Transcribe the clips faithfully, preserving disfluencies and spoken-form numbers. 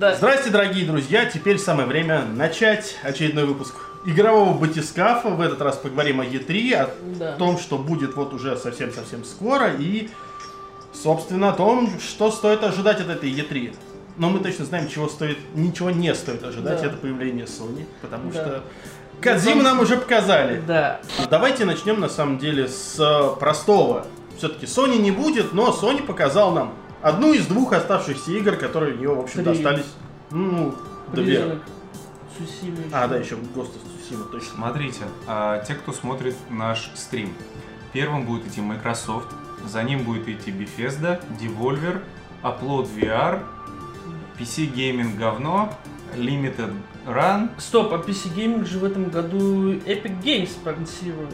Да. Здрасте, дорогие друзья, теперь самое время начать очередной выпуск игрового батискафа. В этот раз поговорим о и три, о Да. том, что будет вот уже совсем-совсем скоро, и, собственно, о том, что стоит ожидать от этой и три. Но мы точно знаем, чего стоит, ничего не стоит ожидать, Да. это появление Sony, потому Да. что Кодзиму нам уже показали. Да. Давайте начнем, на самом деле, с простого. Все-таки Sony не будет, но Sony показал нам одну из двух оставшихся игр, которые у нее, в общем-то, Три. остались. Ну, две. Призрак Цусимы. А, да, еще Ghost of Tsushima, точно. Смотрите, а, те, кто смотрит наш стрим, первым будет идти Microsoft, за ним будет идти Bethesda, Devolver, Upload ви ар, пи си Gaming говно, Limited Run. Стоп, а пи си Gaming же в этом году Epic Games спонсирует.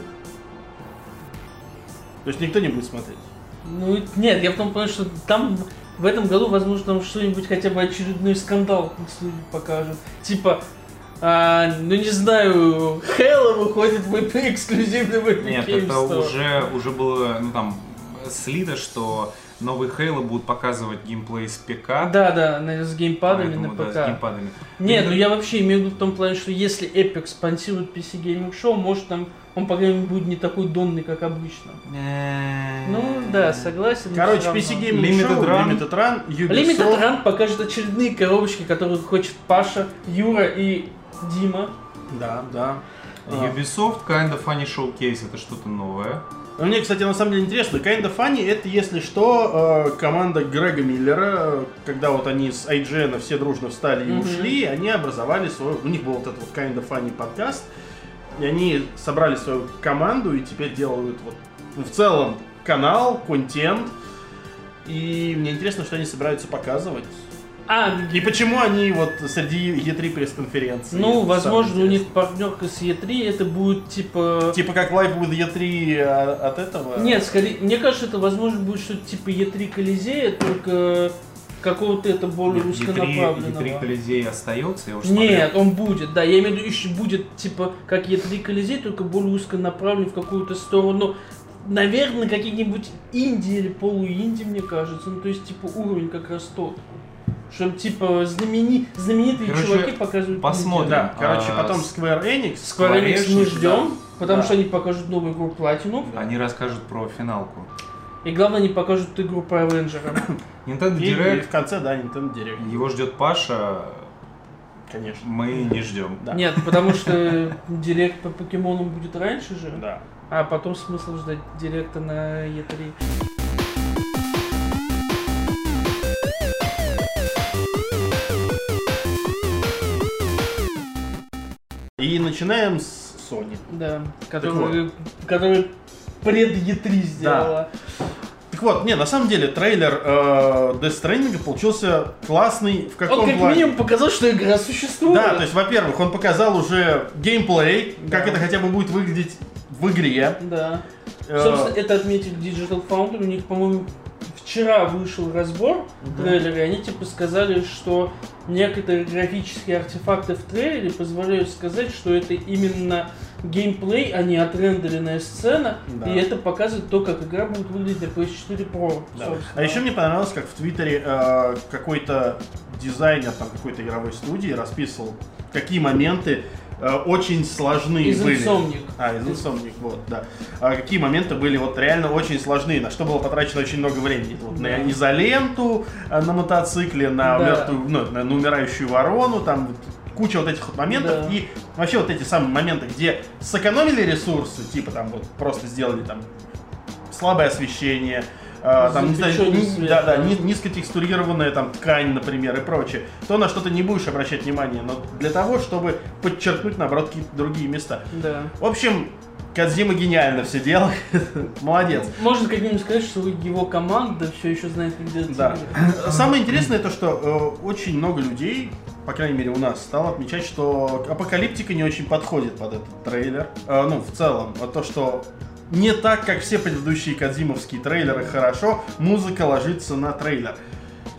То есть никто не будет смотреть. Ну, нет, я в том плане, что там в этом году, возможно, там что-нибудь, хотя бы очередной скандал покажут. Типа, а, ну не знаю, Halo выходит в эксклюзивный в Epic Нет, Games это Store. уже, уже было, ну там, слито, что новый Halo будут показывать геймплей с ПК. Да, да, на- с геймпадами Поэтому, на да, ПК. с геймпадами. Нет, Ну, ну я вообще имею в виду в том плане, что если Epic спонсирует пи си Gaming Show, может там он, по крайней мере, будет не такой донный, как обычно. Ну да, согласен. но Короче, всё пи си равно. Gaming Limited Show, Run. Limited Run, Ubisoft. Limited Run покажет очередные коробочки, которые хочет Паша, Юра и Дима. Да, да. А. Ubisoft Kind of Funny Showcase, это что-то новое. Ну, мне, кстати, на самом деле интересно, Kind of Funny, это, если что, э, команда Грега Миллера, когда вот они с ай джи эн все дружно встали и Мгм. ушли, они образовали свой, у них был вот этот вот Kind of Funny подкаст, и они собрали свою команду и теперь делают вот, ну, в целом канал, контент, и мне интересно, что они собираются показывать. А, И почему они вот среди и три пресс-конференции? ну, Это возможно, самое у них интересное. партнерка с и три, это будет типа... Типа как Live with и три от этого? Нет, скорее, мне кажется, это возможно будет что-то типа и три Колизея, только какого-то это более и три узконаправленного. Колизей остается, я уже Нет, смотрел. он будет, да, я имею в виду, еще будет типа как и три Колизей, только более узконаправлен в какую-то сторону. Наверное, какие-нибудь инди или полуинди, мне кажется. Ну, то есть, типа, уровень как раз тот. Чтобы, типа, знамени... знаменитые Короче, чуваки показывают посмотрим. инди. Да, короче, А, потом с- Square Enix. Square Enix не да. ждем, потому Да. что они покажут новую игру Platinum. Они расскажут про финалку. И главное, они покажут игру по Авенджерам. Nintendo И, и Direct, в конце, да, Nintendo Direct. его ждет Паша, Конечно. мы не ждем. Да. Нет, потому что директ по покемонам будет раньше же, Да. а потом смысл ждать директа на и три. И начинаем с Sony. Да, который, который пред и три сделала. Так вот, не, на самом деле трейлер э, Death Stranding получился классный. В каком Он как плане? минимум показал, что игра существует. Да, то есть, во-первых, он показал уже геймплей, Да. как это хотя бы будет выглядеть в игре. Да. Э, Собственно, это отметили Digital Foundry. У них, по-моему, вчера вышел разбор трейлера, и они типа сказали, что некоторые графические артефакты в трейлере позволяют сказать, что это именно геймплей, а не отрендеренная сцена, Да. и это показывает то, как игра будет выглядеть на пи эс четыре Pro. Да. собственно. А еще мне понравилось, как в Твиттере э, какой-то дизайнер там какой-то игровой студии расписывал, какие моменты э, очень сложны Из были. Insomniac. А, из Insomniac, вот, да. А какие моменты были вот реально очень сложны, на что было потрачено очень много времени. Вот, Да. на изоленту, э, на мотоцикле, на, Да. мертвую, ну, на, на умирающую ворону, там вот куча вот этих вот моментов. Да. И вообще вот эти самые моменты, где сэкономили ресурсы, типа там вот просто сделали там слабое освещение, э, там, не знаю, Запечённый ни- свет, да, да, да. ни- низкотекстурированная там ткань, например, и прочее, то на что-то не будешь обращать внимание, но для того, чтобы подчеркнуть, наоборот, какие-то другие места. Да. В общем, Кодзима гениально все делает. Молодец. Можно как минимум сказать, что его команда все еще знает, как делать Да. игры. Самое интересное то, что э, очень много людей, по крайней мере у нас, стало отмечать, что апокалиптика не очень подходит под этот трейлер. Э, ну, в целом, а то, что не так, как все предыдущие кодзимовские трейлеры, хорошо, музыка ложится на трейлер.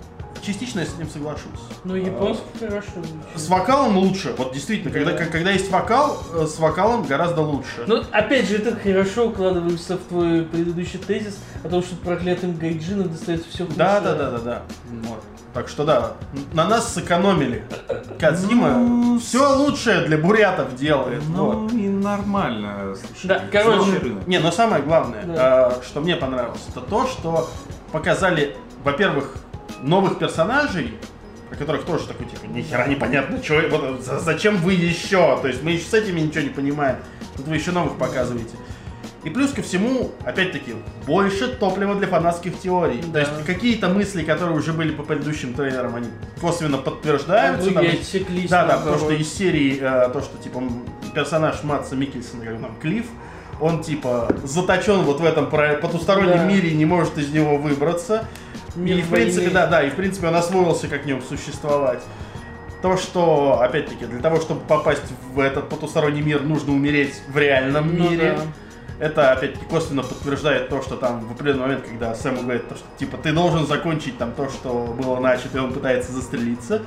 частично я с ним соглашусь. Ну, японский а, хорошо. С вокалом лучше. Вот действительно, да. когда, когда есть вокал, с вокалом гораздо лучше. Ну, опять же, это хорошо укладывается в твой предыдущий тезис о том, что проклятым гайджинам достается все хуже. Да, да, да, да, да. Вот. Так что да, на нас сэкономили. Кодзима ну, все лучшее для бурятов делает. Ну вот. И нормально. Слушай, да, короче. Не, но самое главное, да. что мне понравилось, это то, что показали, во-первых, новых персонажей, о которых тоже такой типа ни хера непонятно, что, вот, зачем вы еще? То есть мы еще с этими ничего не понимаем. Тут вы еще новых показываете. И плюс ко всему, опять-таки, больше топлива для фанатских теорий. Да. То есть какие-то мысли, которые уже были по предыдущим трейлерам, они косвенно подтверждаются. Там, да, да, то, что из серии, э, то, что типа персонаж Мадса Миккельсона, как там, Клифф, он типа заточен вот в этом потустороннем да. мире и не может из него выбраться. Мир и в принципе, войны. да, да, и в принципе он освоился как в нем существовать. То, что, опять-таки, для того, чтобы попасть в этот потусторонний мир, нужно умереть в реальном ну, мире. Да. Это, опять-таки, косвенно подтверждает то, что там в определенный момент, когда Сэму говорит, то, что, типа, ты должен закончить там то, что было начато, и он пытается застрелиться.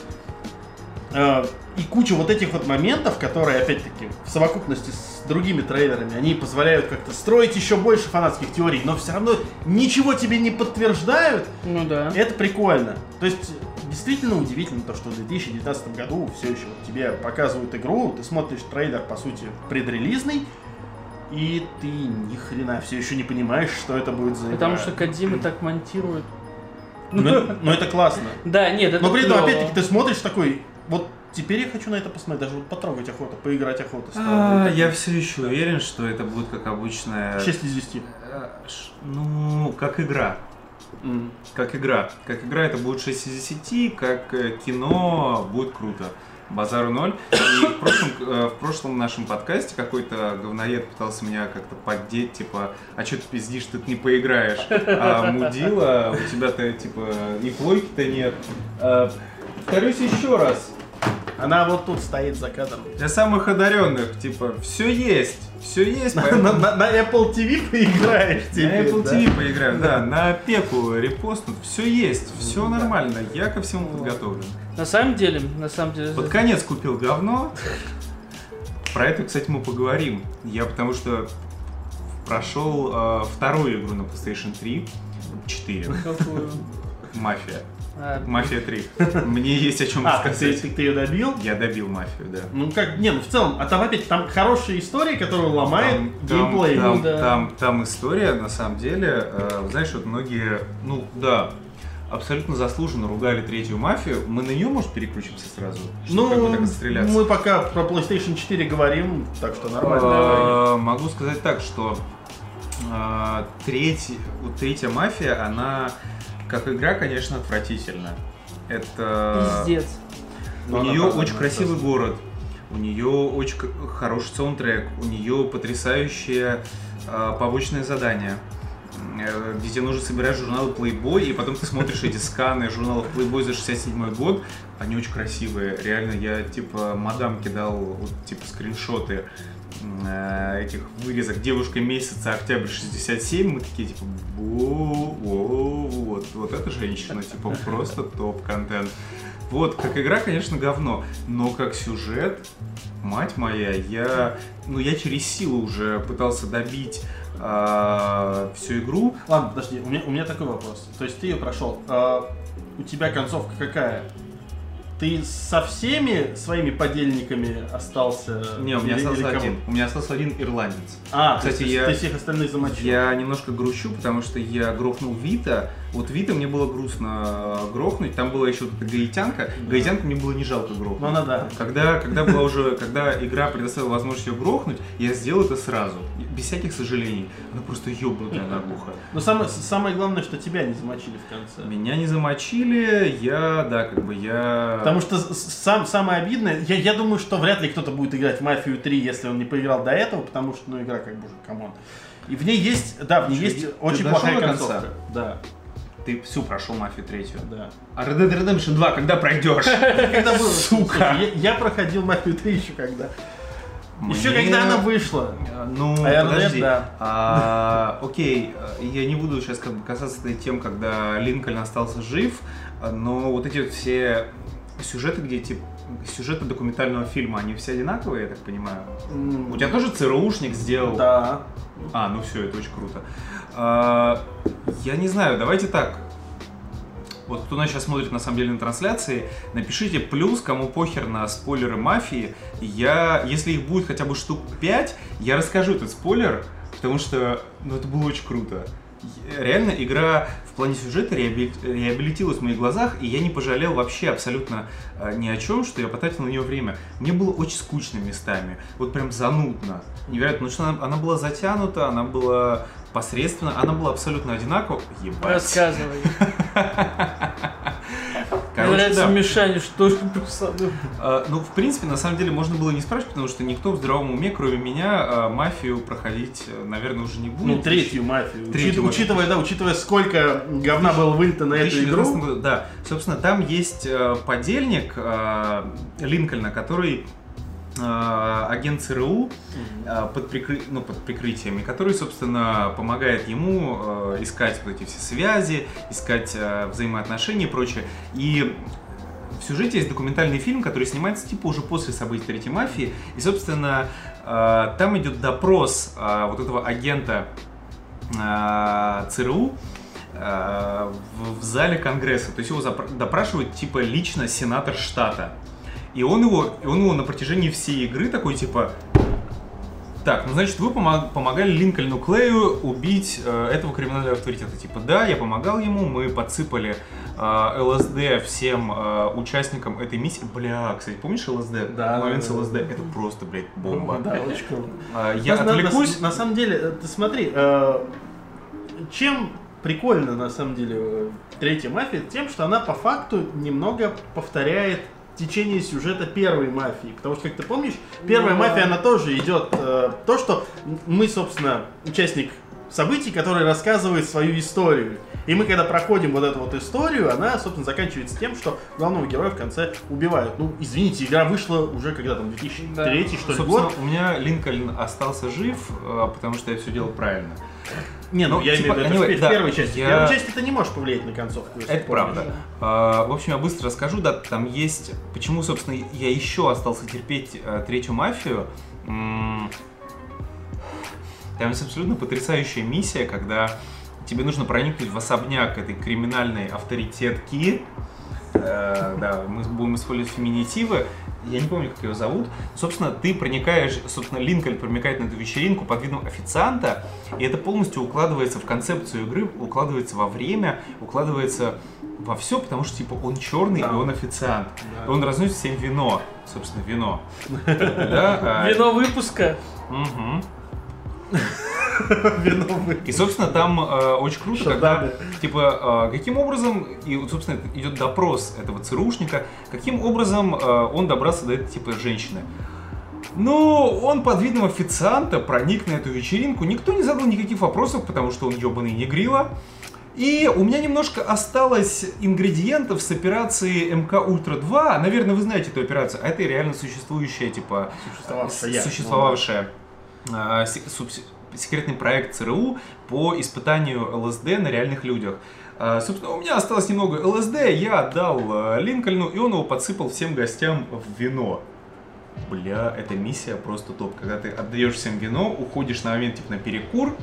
И куча вот этих вот моментов, которые, опять-таки, в совокупности с другими трейлерами, они позволяют как-то строить еще больше фанатских теорий, но все равно ничего тебе не подтверждают. Ну да. Это прикольно. То есть, действительно удивительно то, что в две тысячи девятнадцатом году все еще вот тебе показывают игру, ты смотришь трейлер, по сути, предрелизный, и ты ни хрена все еще не понимаешь, что это будет за игра. Потому что Кодзима так монтирует. Ну, ну это классно. Да, нет, это но при этом, опять-таки, ты смотришь такой, вот теперь я хочу на это посмотреть, даже вот потрогать охота, поиграть охота. А, я все еще уверен, что это будет как обычная... шесть из десяти. Ну, как игра. Mm. Как игра. Как игра это будет шесть из десяти, как кино будет круто. Базару ноль. И в прошлом, в прошлом нашем подкасте какой-то говноед пытался меня как-то поддеть, типа, а что ты пиздишь, ты не поиграешь, а мудила, у тебя-то, типа, и плойки-то нет. А, повторюсь еще раз. Она вот тут стоит за кадром. Для самых одаренных, типа, все есть, все есть. На, на, на, на Apple ти ви поиграешь теперь, На Apple да? ти ви поиграем, да, на опеку репостнут, все есть, все нормально, я ко всему подготовлен. На самом деле, на самом деле... Под конец купил говно. Про это, кстати, мы поговорим. Я потому что прошел э, вторую игру на PlayStation три, четыре. Какую? Мафия. А, Мафия три. Мне есть о чем а, сказать. Ты, ты ее добил? Я добил Мафию, да. Ну как, не, ну в целом, а там опять, там хорошая история, которая ломает там, геймплей. Там, ну, да. там, там история, на самом деле, э, знаешь, вот многие, ну да, абсолютно заслуженно ругали третью Мафию. Мы на нее, может, переключимся сразу? Ну, как бы так отстреляться? Мы пока про PlayStation четыре говорим, так что нормально. А, могу сказать так, что а, треть, вот третья Мафия, она, как игра, конечно, отвратительна. Это... Пиздец. У нее очень красивый город, у нее очень хороший саундтрек, у нее потрясающее а, побочное задание, где тебе нужно собирать журналы Playboy, и потом ты смотришь эти сканы журналов Playboy за шестьдесят седьмой год, они очень красивые. Реально, я типа мадам кидал вот, типа скриншоты э, этих вырезок девушка месяца октябрь шестьдесят семь, мы такие типа вот, вот эта женщина, типа просто топ-контент. Вот, как игра, конечно, говно, но как сюжет, мать моя, я, ну, я через силу уже пытался добить а, всю игру. Ладно, подожди, у меня, у меня такой вопрос. То есть ты ее прошел, а, у тебя концовка какая? Ты со всеми своими подельниками остался? Не, у меня или, остался или один. У меня остался один ирландец. А, кстати, ты, я, ты всех остальных замочил. Я немножко грущу, потому что я грохнул Вита. Вот Вита мне было грустно грохнуть. Там была еще вот эта гаитянка. Гаитянку мне было не жалко грохнуть. Ну, она да. Когда, когда была уже, когда игра предоставила возможность ее грохнуть, я сделал это сразу. Без всяких сожалений. Она просто ёбнутая наглухо. Но самое, самое главное, что тебя не замочили в конце. Меня не замочили, я, да, как бы я... Потому что сам, самое обидное, я, я думаю, что вряд ли кто-то будет играть в Мафию три, если он не поиграл до этого, потому что, ну, игра как бы уже, камон. И в ней есть, да, в ней Что, есть ты очень дошел плохая до концовка. конца? Да. Ты всю прошел Мафию третью. Да. А Red Dead Redemption два когда пройдешь? Когда был? Сука! Я, я проходил Мафию три еще когда. Еще Мне- когда она вышла. Ну, А я, подожди. да. А, окей, я не буду сейчас как бы касаться этой темы, когда Линкольн остался жив, но вот эти вот все сюжеты, где типа сюжеты документального фильма, они все одинаковые, я так понимаю. У тебя тоже ЦРУшник сделал? Да. А, ну все, это очень круто. А, я не знаю, давайте так. Вот кто нас сейчас смотрит на самом деле на трансляции, напишите плюс, кому похер на спойлеры мафии. Я, если их будет хотя бы штук пять, я расскажу этот спойлер, потому что ну, это было очень круто. Реально, игра в плане сюжета реабили- реабилитилась в моих глазах, и я не пожалел вообще абсолютно э, ни о чем, что я потратил на нее время. Мне было очень скучно местами, вот прям занудно. Невероятно, потому что она, она была затянута, она была посредственно, она была абсолютно одинакова. Ебать. Рассказывай. Мне Короче, нравится да. Мишаня, что же просто... А, ну, в принципе, на самом деле можно было не спрашивать, потому что никто в здравом уме, кроме меня, а, мафию проходить, наверное, уже не будет. Ну, третью мафию. Третью Учит- мафию. Учитывая, да, учитывая, сколько говна было вылито на В эту две тысячи девятнадцатом игру. году, да. Собственно, там есть э, подельник э, Линкольна, который э, агент ЦРУ э, под, прикры... ну, под прикрытиями, который, собственно, помогает ему э, искать вот эти все связи, искать э, взаимоотношения и прочее. И в сюжете есть документальный фильм, который снимается типа уже после событий Третьей мафии. И, собственно, э, там идет допрос э, вот этого агента э, ЦРУ э, в, в зале Конгресса. То есть его запра- допрашивает типа лично сенатор штата. И он его, и он его на протяжении всей игры такой типа: так, ну значит, вы помог- помогали Линкольну Клею убить э, этого криминального авторитета. Типа, да, я помогал ему, мы подсыпали э, ЛСД всем э, участникам этой миссии. Бля, кстати, помнишь ЛСД? Да, Момент да, с да. ЛСД. Это просто, блядь, бомба. Да, очень круто. А, я На- на- отвлекусь. На, на самом деле, э, ты смотри, э, чем прикольно, на самом деле, э, третья мафия, тем, что она по факту немного повторяет течение сюжета первой мафии. Потому что, как ты помнишь, первая Ну, мафия, она тоже идет э, то, что мы, собственно, участник событий, который рассказывает свою историю. И мы, когда проходим вот эту вот историю, она, собственно, заканчивается тем, что главного героя в конце убивают. Ну, извините, игра вышла уже когда там, две тысячи третий, что ли, Собственно, год. у меня Линкольн остался жив, э, потому что я все делал правильно. Не, ну, Ну, я типа, имею в виду, anyway, это в да, первой части. я- В первой части ты не можешь повлиять на концовку. если Это помнишь. правда. А, в общем, я быстро расскажу, да, там есть, почему, собственно, я еще остался терпеть э, третью мафию. М, Там есть абсолютно потрясающая миссия, когда тебе нужно проникнуть в особняк этой криминальной авторитетки. Э, да, мы будем использовать феминитивы. Я не помню, как ее зовут. Собственно, ты проникаешь, собственно, Линкольн проникает на эту вечеринку под видом официанта, и это полностью укладывается в концепцию игры, укладывается во время, укладывается во все, потому что, типа, он черный, Да. и он официант. Да. И он разносит всем вино. Собственно, вино. Да, а, Вино выпуска. мгм. Вино вы- И, собственно, там э, очень круто, Что когда, дали? типа, э, каким образом, и, вот, собственно, идет допрос этого ЦРУшника, каким образом э, он добрался до этой, типа, женщины. Ну, он под видом официанта проник на эту вечеринку, никто не задал никаких вопросов, потому что он ебаный негрила. И у меня немножко осталось ингредиентов с операции эм ка Ультра два. Наверное, вы знаете эту операцию, а это реально существующая, типа, Существовавшая. существовавшая э, се- субс- секретный проект ЦРУ по испытанию ЛСД на реальных людях. Э, собственно, у меня осталось немного ЛСД, я отдал э, Линкольну, и он его подсыпал всем гостям в вино. Бля, эта миссия просто топ. Когда ты отдаешь всем вино, уходишь на момент типа на перекур.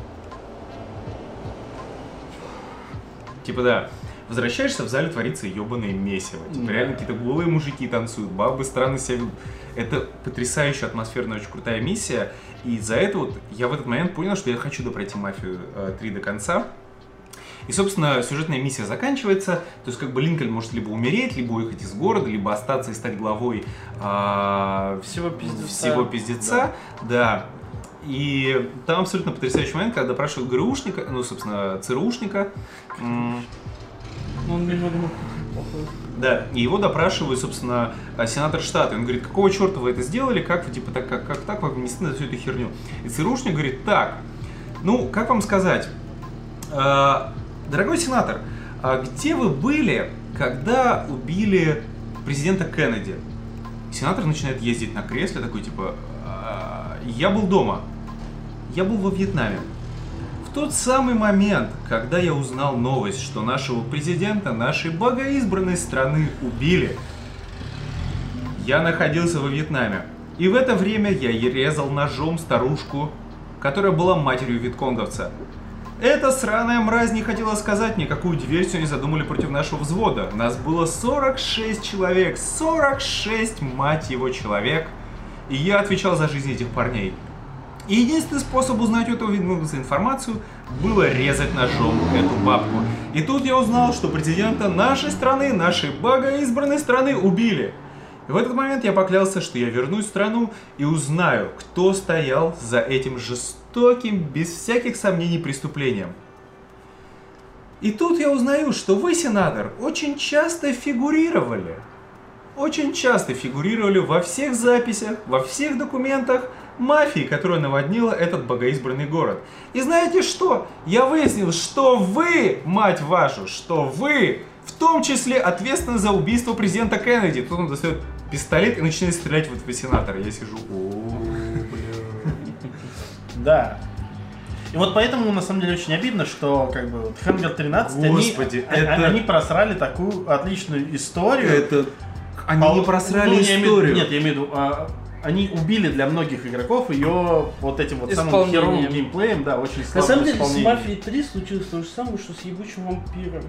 Типа да, возвращаешься, в зале творится ебаное месиво. Типа Да. реально какие-то голые мужики танцуют, бабы странно себя ведут. Это потрясающая атмосферная, очень крутая миссия. И за это вот я в этот момент понял, что я хочу допройти Мафию э, три до конца. И, собственно, сюжетная миссия заканчивается. То есть, как бы Линкольн может либо умереть, либо уехать из города, либо остаться и стать главой а, Всего пиздеца. всего пиздеца. Да. И там абсолютно потрясающий момент, когда допрашивают ГРУшника, ну, собственно, ЦРУшника. М, Ну, он немного похож. Да, и его допрашивает, собственно, сенатор штата. И он говорит, какого черта вы это сделали, как вы, типа, так, как, как так, вы внесли на всю эту херню? И ЦРУшник говорит, так, ну, как вам сказать, э, дорогой сенатор, а где вы были, когда убили президента Кеннеди? И сенатор начинает ездить на кресле, такой, типа, «А, я был дома. Я был во Вьетнаме. В тот самый момент, когда я узнал новость, что нашего президента нашей богоизбранной страны убили, я находился во Вьетнаме. И в это время я резал ножом старушку, которая была матерью вьетконговца. Эта сраная мразь не хотела сказать мне, какую диверсию они задумали против нашего взвода. Нас было сорок шесть человек. сорок шесть, мать его, человек. И я отвечал за жизнь этих парней. И единственный способ узнать эту информацию было резать ножом эту бабку. И тут я узнал, что президента нашей страны, нашей богоизбранной страны убили. И в этот момент я поклялся, что я вернусь в страну и узнаю, кто стоял за этим жестоким, без всяких сомнений, преступлением. И тут я узнаю, что вы, сенатор, очень часто фигурировали. Очень часто фигурировали во всех записях, во всех документах мафии, которая наводнила этот богоизбранный город. И знаете что? Я выяснил, что вы, мать вашу, что вы, в том числе ответственны за убийство президента Кеннеди. Тут он достает пистолет и начинает стрелять в этого сенатора. Я сижу, о, бля. Да. И вот поэтому, на самом деле, очень обидно, что как бы вот Хангер тринадцать, Господи, они, это... они просрали такую отличную историю. Это... Они а, не просрали ну, историю. Я имею, нет, я имею в виду, а, они убили для многих игроков ее вот этим вот самым херовым геймплеем, да, очень слабым. На самом деле, исполнением. с Мафией три случилось то же самое, что с ебучим вампиром.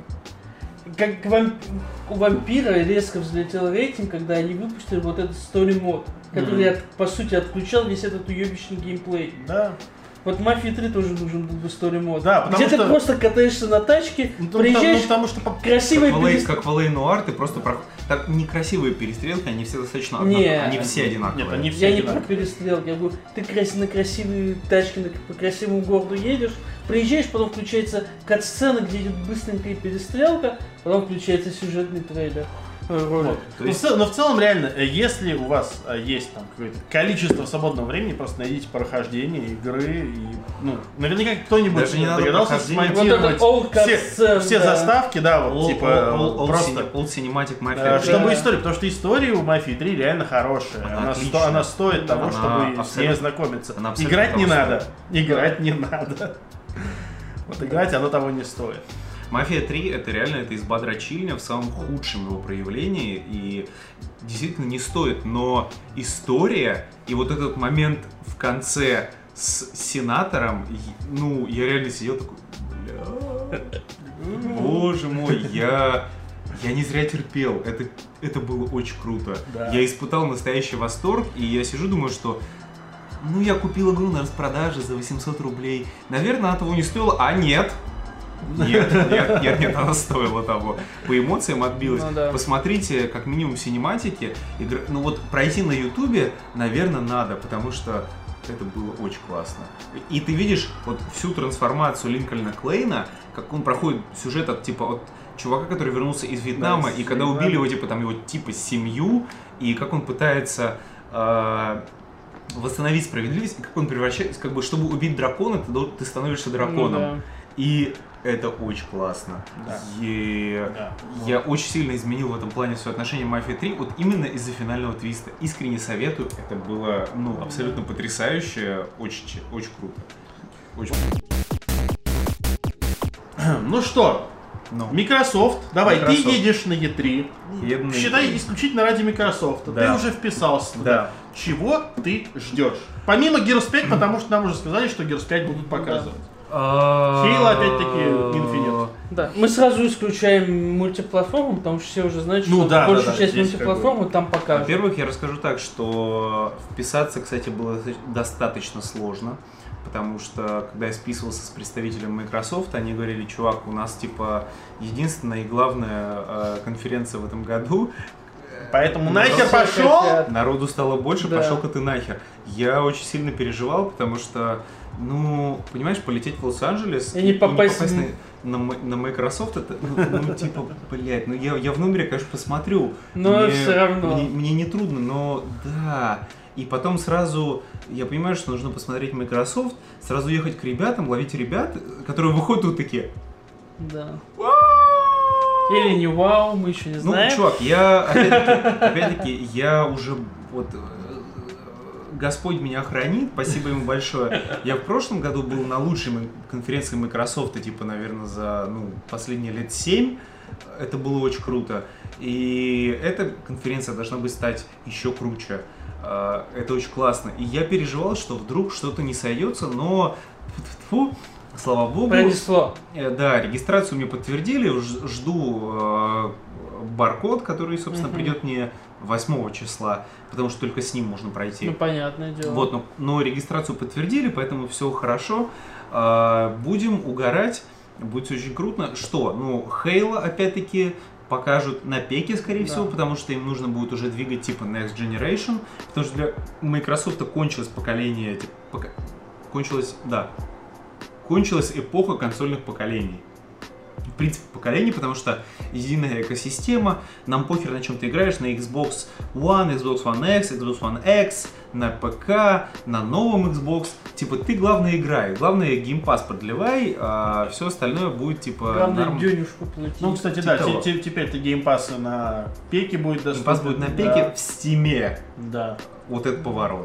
Как вамп... у вампира резко взлетел рейтинг, когда они выпустили вот этот story мод, который, mm-hmm. от, по сути, отключал весь этот уебищный геймплей. Да. Вот Мафии три тоже нужен был бы story мод. Да, потому где что... ты просто катаешься на тачке, ну, приезжаешь, ну, потому что красивые перестрелки. Как в эл эй Noire, ты просто про... Так некрасивые перестрелки, они все достаточно не, одинаковые. Они все одинаковые. Нет, они все я одинаковые. не про перестрелки, я говорю, ты крас... на красивые тачки, на... по красивому городу едешь, приезжаешь, потом включается кат-сцена, где идет быстренькая перестрелка, потом включается сюжетный трейлер. Вот. То есть... но, но в целом реально, если у вас есть там какое-то количество свободного времени, просто найдите прохождение игры и, ну, наверняка кто-нибудь догадался смонтировать вот все, сцен, все да. заставки, да, вот all, типа all, all, all просто Old Cinematic Mafia, да, чтобы да. история, потому что история у Мафии три реально хорошая, она, она, сто, она стоит того, она чтобы с ней ознакомиться. Играть не надо, играть не надо. Вот играть оно того не стоит. Мафия три это реально это изба дрочильня в самом худшем его проявлении и действительно не стоит, но история и вот этот момент в конце с сенатором, ну я реально сидел такой, бля, боже мой, я, я не зря терпел, это, это было очень круто, да. Я испытал настоящий восторг и я сижу думаю, что ну я купил игру на распродаже за восемьсот рублей, наверное она того не стоила, а нет. Нет, нет, нет, нет, она стоила того. По эмоциям отбилась. Ну, да. Посмотрите, как минимум, синематики. Игр... Ну вот пройти на ютубе, наверное, надо, потому что это было очень классно. И ты видишь вот всю трансформацию Линкольна Клейна, как он проходит сюжет от типа от чувака, который вернулся из Вьетнама, да, и когда убили его, типа там его типа семью, и как он пытается э, восстановить справедливость, и как он превращается, как бы, чтобы убить дракона, ты, ты становишься драконом. Ну, да. И это очень классно. Да. И да. Я вот. очень сильно изменил в этом плане свое отношение к Мафии три, вот именно из-за финального твиста. Искренне советую, это было ну, абсолютно потрясающе, очень, очень круто. Очень... Ну что, ну. Microsoft, давай, Microsoft. Ты едешь на и три, Едно считай и... исключительно ради Microsoft, да. Ты уже вписался туда. Да. Чего ты ждешь? Помимо Gears пять, потому что нам уже сказали, что Gears пять будут показывать. Хейла опять-таки Infinite. Да, мы сразу исключаем мультиплатформу, потому что все уже знают, что ну, да, большую да, часть да, мультиплатформы как бы... там покажут. Во-первых, я расскажу так, что вписаться, кстати, было достаточно сложно, потому что, когда я списывался с представителем Microsoft, они говорили, чувак, у нас, типа, единственная и главная э, конференция в этом году, поэтому нахер пошел! Народу стало больше, да. Пошел-ка ты нахер. Я очень сильно переживал, потому что, ну, понимаешь, полететь в Лос-Анджелес и не попасть, и не попасть на, на, на Microsoft, это, ну, ну типа, блядь, ну я, я в номере, конечно, посмотрю. Но мне, все равно. Мне, мне не трудно, но да. И потом сразу, я понимаю, что нужно посмотреть Microsoft, сразу ехать к ребятам, ловить ребят, которые выходят вот такие. Да. Или не вау, мы еще не знаем. Ну, чувак, я, опять-таки, опять-таки, я уже вот Господь меня хранит, спасибо ему большое. Я в прошлом году был на лучшей конференции Microsoft, типа, наверное, за ну, последние лет семь. Это было очень круто. И эта конференция должна быть стать еще круче. Это очень классно. И я переживал, что вдруг что-то не сойдется, но фу, слава богу. Пронесло. Да, регистрацию мне подтвердили. Жду баркод, который, собственно, uh-huh. придет мне восьмого числа, потому что только с ним можно пройти. Ну, понятное дело. Вот, но, но регистрацию подтвердили, поэтому все хорошо. Будем угорать. Будет очень круто. Что? Ну, Halo, опять-таки, покажут на пеке, скорее да. всего, потому что им нужно будет уже двигать типа Next Generation, потому что для Microsoft кончилось поколение, типа, пока... кончилось, да, кончилась эпоха консольных поколений. В принципе, поколений, потому что единая экосистема, нам похер на чем ты играешь, на Xbox One, Xbox One X, Xbox One X, на ПК, на новом Xbox. Типа, ты главное играй, главное геймпас подливай, а все остальное будет типа... Главное норм... денежку платить. Ну, кстати, типа да, теперь-то геймпасы на пеке будет доступен. Геймпас будет на пеке да. в Стиме. Да. Вот этот поворот.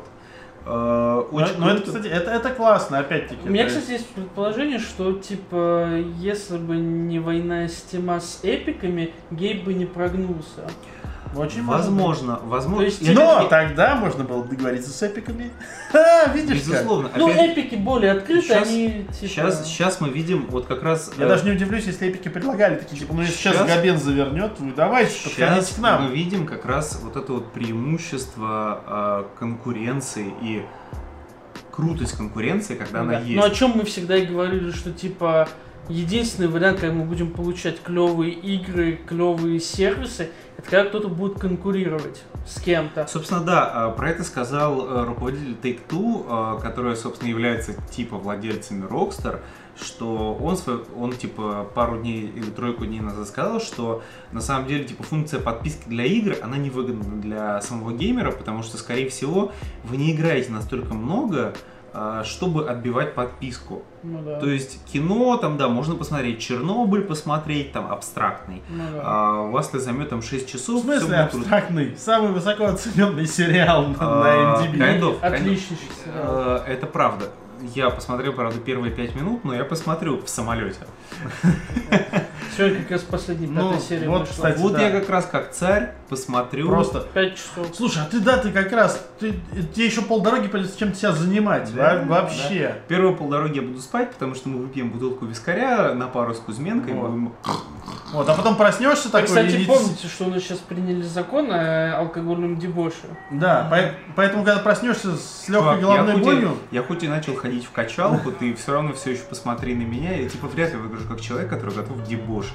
Очень но, но это, кстати, это, это классно, опять-таки. У меня, кстати, есть предположение, что, типа, если бы не война Стима с эпиками, Гейб бы не прогнулся. Очень возможно, возможно. Есть, но таки... тогда можно было договориться с эпиками. Ха, видишь, безусловно. Как? Ну, эпики более открыты, сейчас, они типа... Сейчас, сейчас мы видим вот как раз... Я э... даже не удивлюсь, если эпики предлагали такие, типа, ну если сейчас, сейчас Габен завернет, вы давайте, подходите к нам. Мы видим как раз вот это вот преимущество э, конкуренции и крутость конкуренции, когда ну, она да. есть. Ну, о чем мы всегда и говорили, что типа... Единственный вариант, когда мы будем получать клевые игры, клевые сервисы, это когда кто-то будет конкурировать с кем-то. Собственно, да, про это сказал руководитель Take-Two, который, собственно, является типа владельцами Rockstar, что он, он типа пару дней или тройку дней назад сказал, что на самом деле типа функция подписки для игр, она невыгодна для самого геймера, потому что, скорее всего, вы не играете настолько много, чтобы отбивать подписку. Ну, да. То есть кино, там, да, можно посмотреть, Чернобыль посмотреть, там, абстрактный. Ну, да. а, у вас это займет там шесть часов. В смысле абстрактный? Трудно. Самый высоко оцененный сериал а, на эм ди би. Kind of, Отличный kind of, сериал. Это правда. Я посмотрел, правда, первые пять минут, но я посмотрю в самолете. Сегодня как раз последняя пятая ну, серия вот, вышла. Кстати, вот да. я как раз как царь посмотрю. Просто пять часов. Слушай, а ты да, ты как раз, ты, тебе еще полдороги придется чем-то себя занимать. Да, вообще. Да. Первую полдороги я буду спать, потому что мы выпьем бутылку вискаря на пару с Кузьменко. Вот. И будем... вот, а потом проснешься такой. Кстати, и... помните, что у нас сейчас приняли закон о алкогольном дебоше? Да, mm-hmm. поэтому, когда проснешься с легкой головной я болью. Хоть, я хоть и начал ходить в качалку, ты все равно все еще посмотри на меня. Я типа вряд ли выгляжу как человек, который готов дебошить.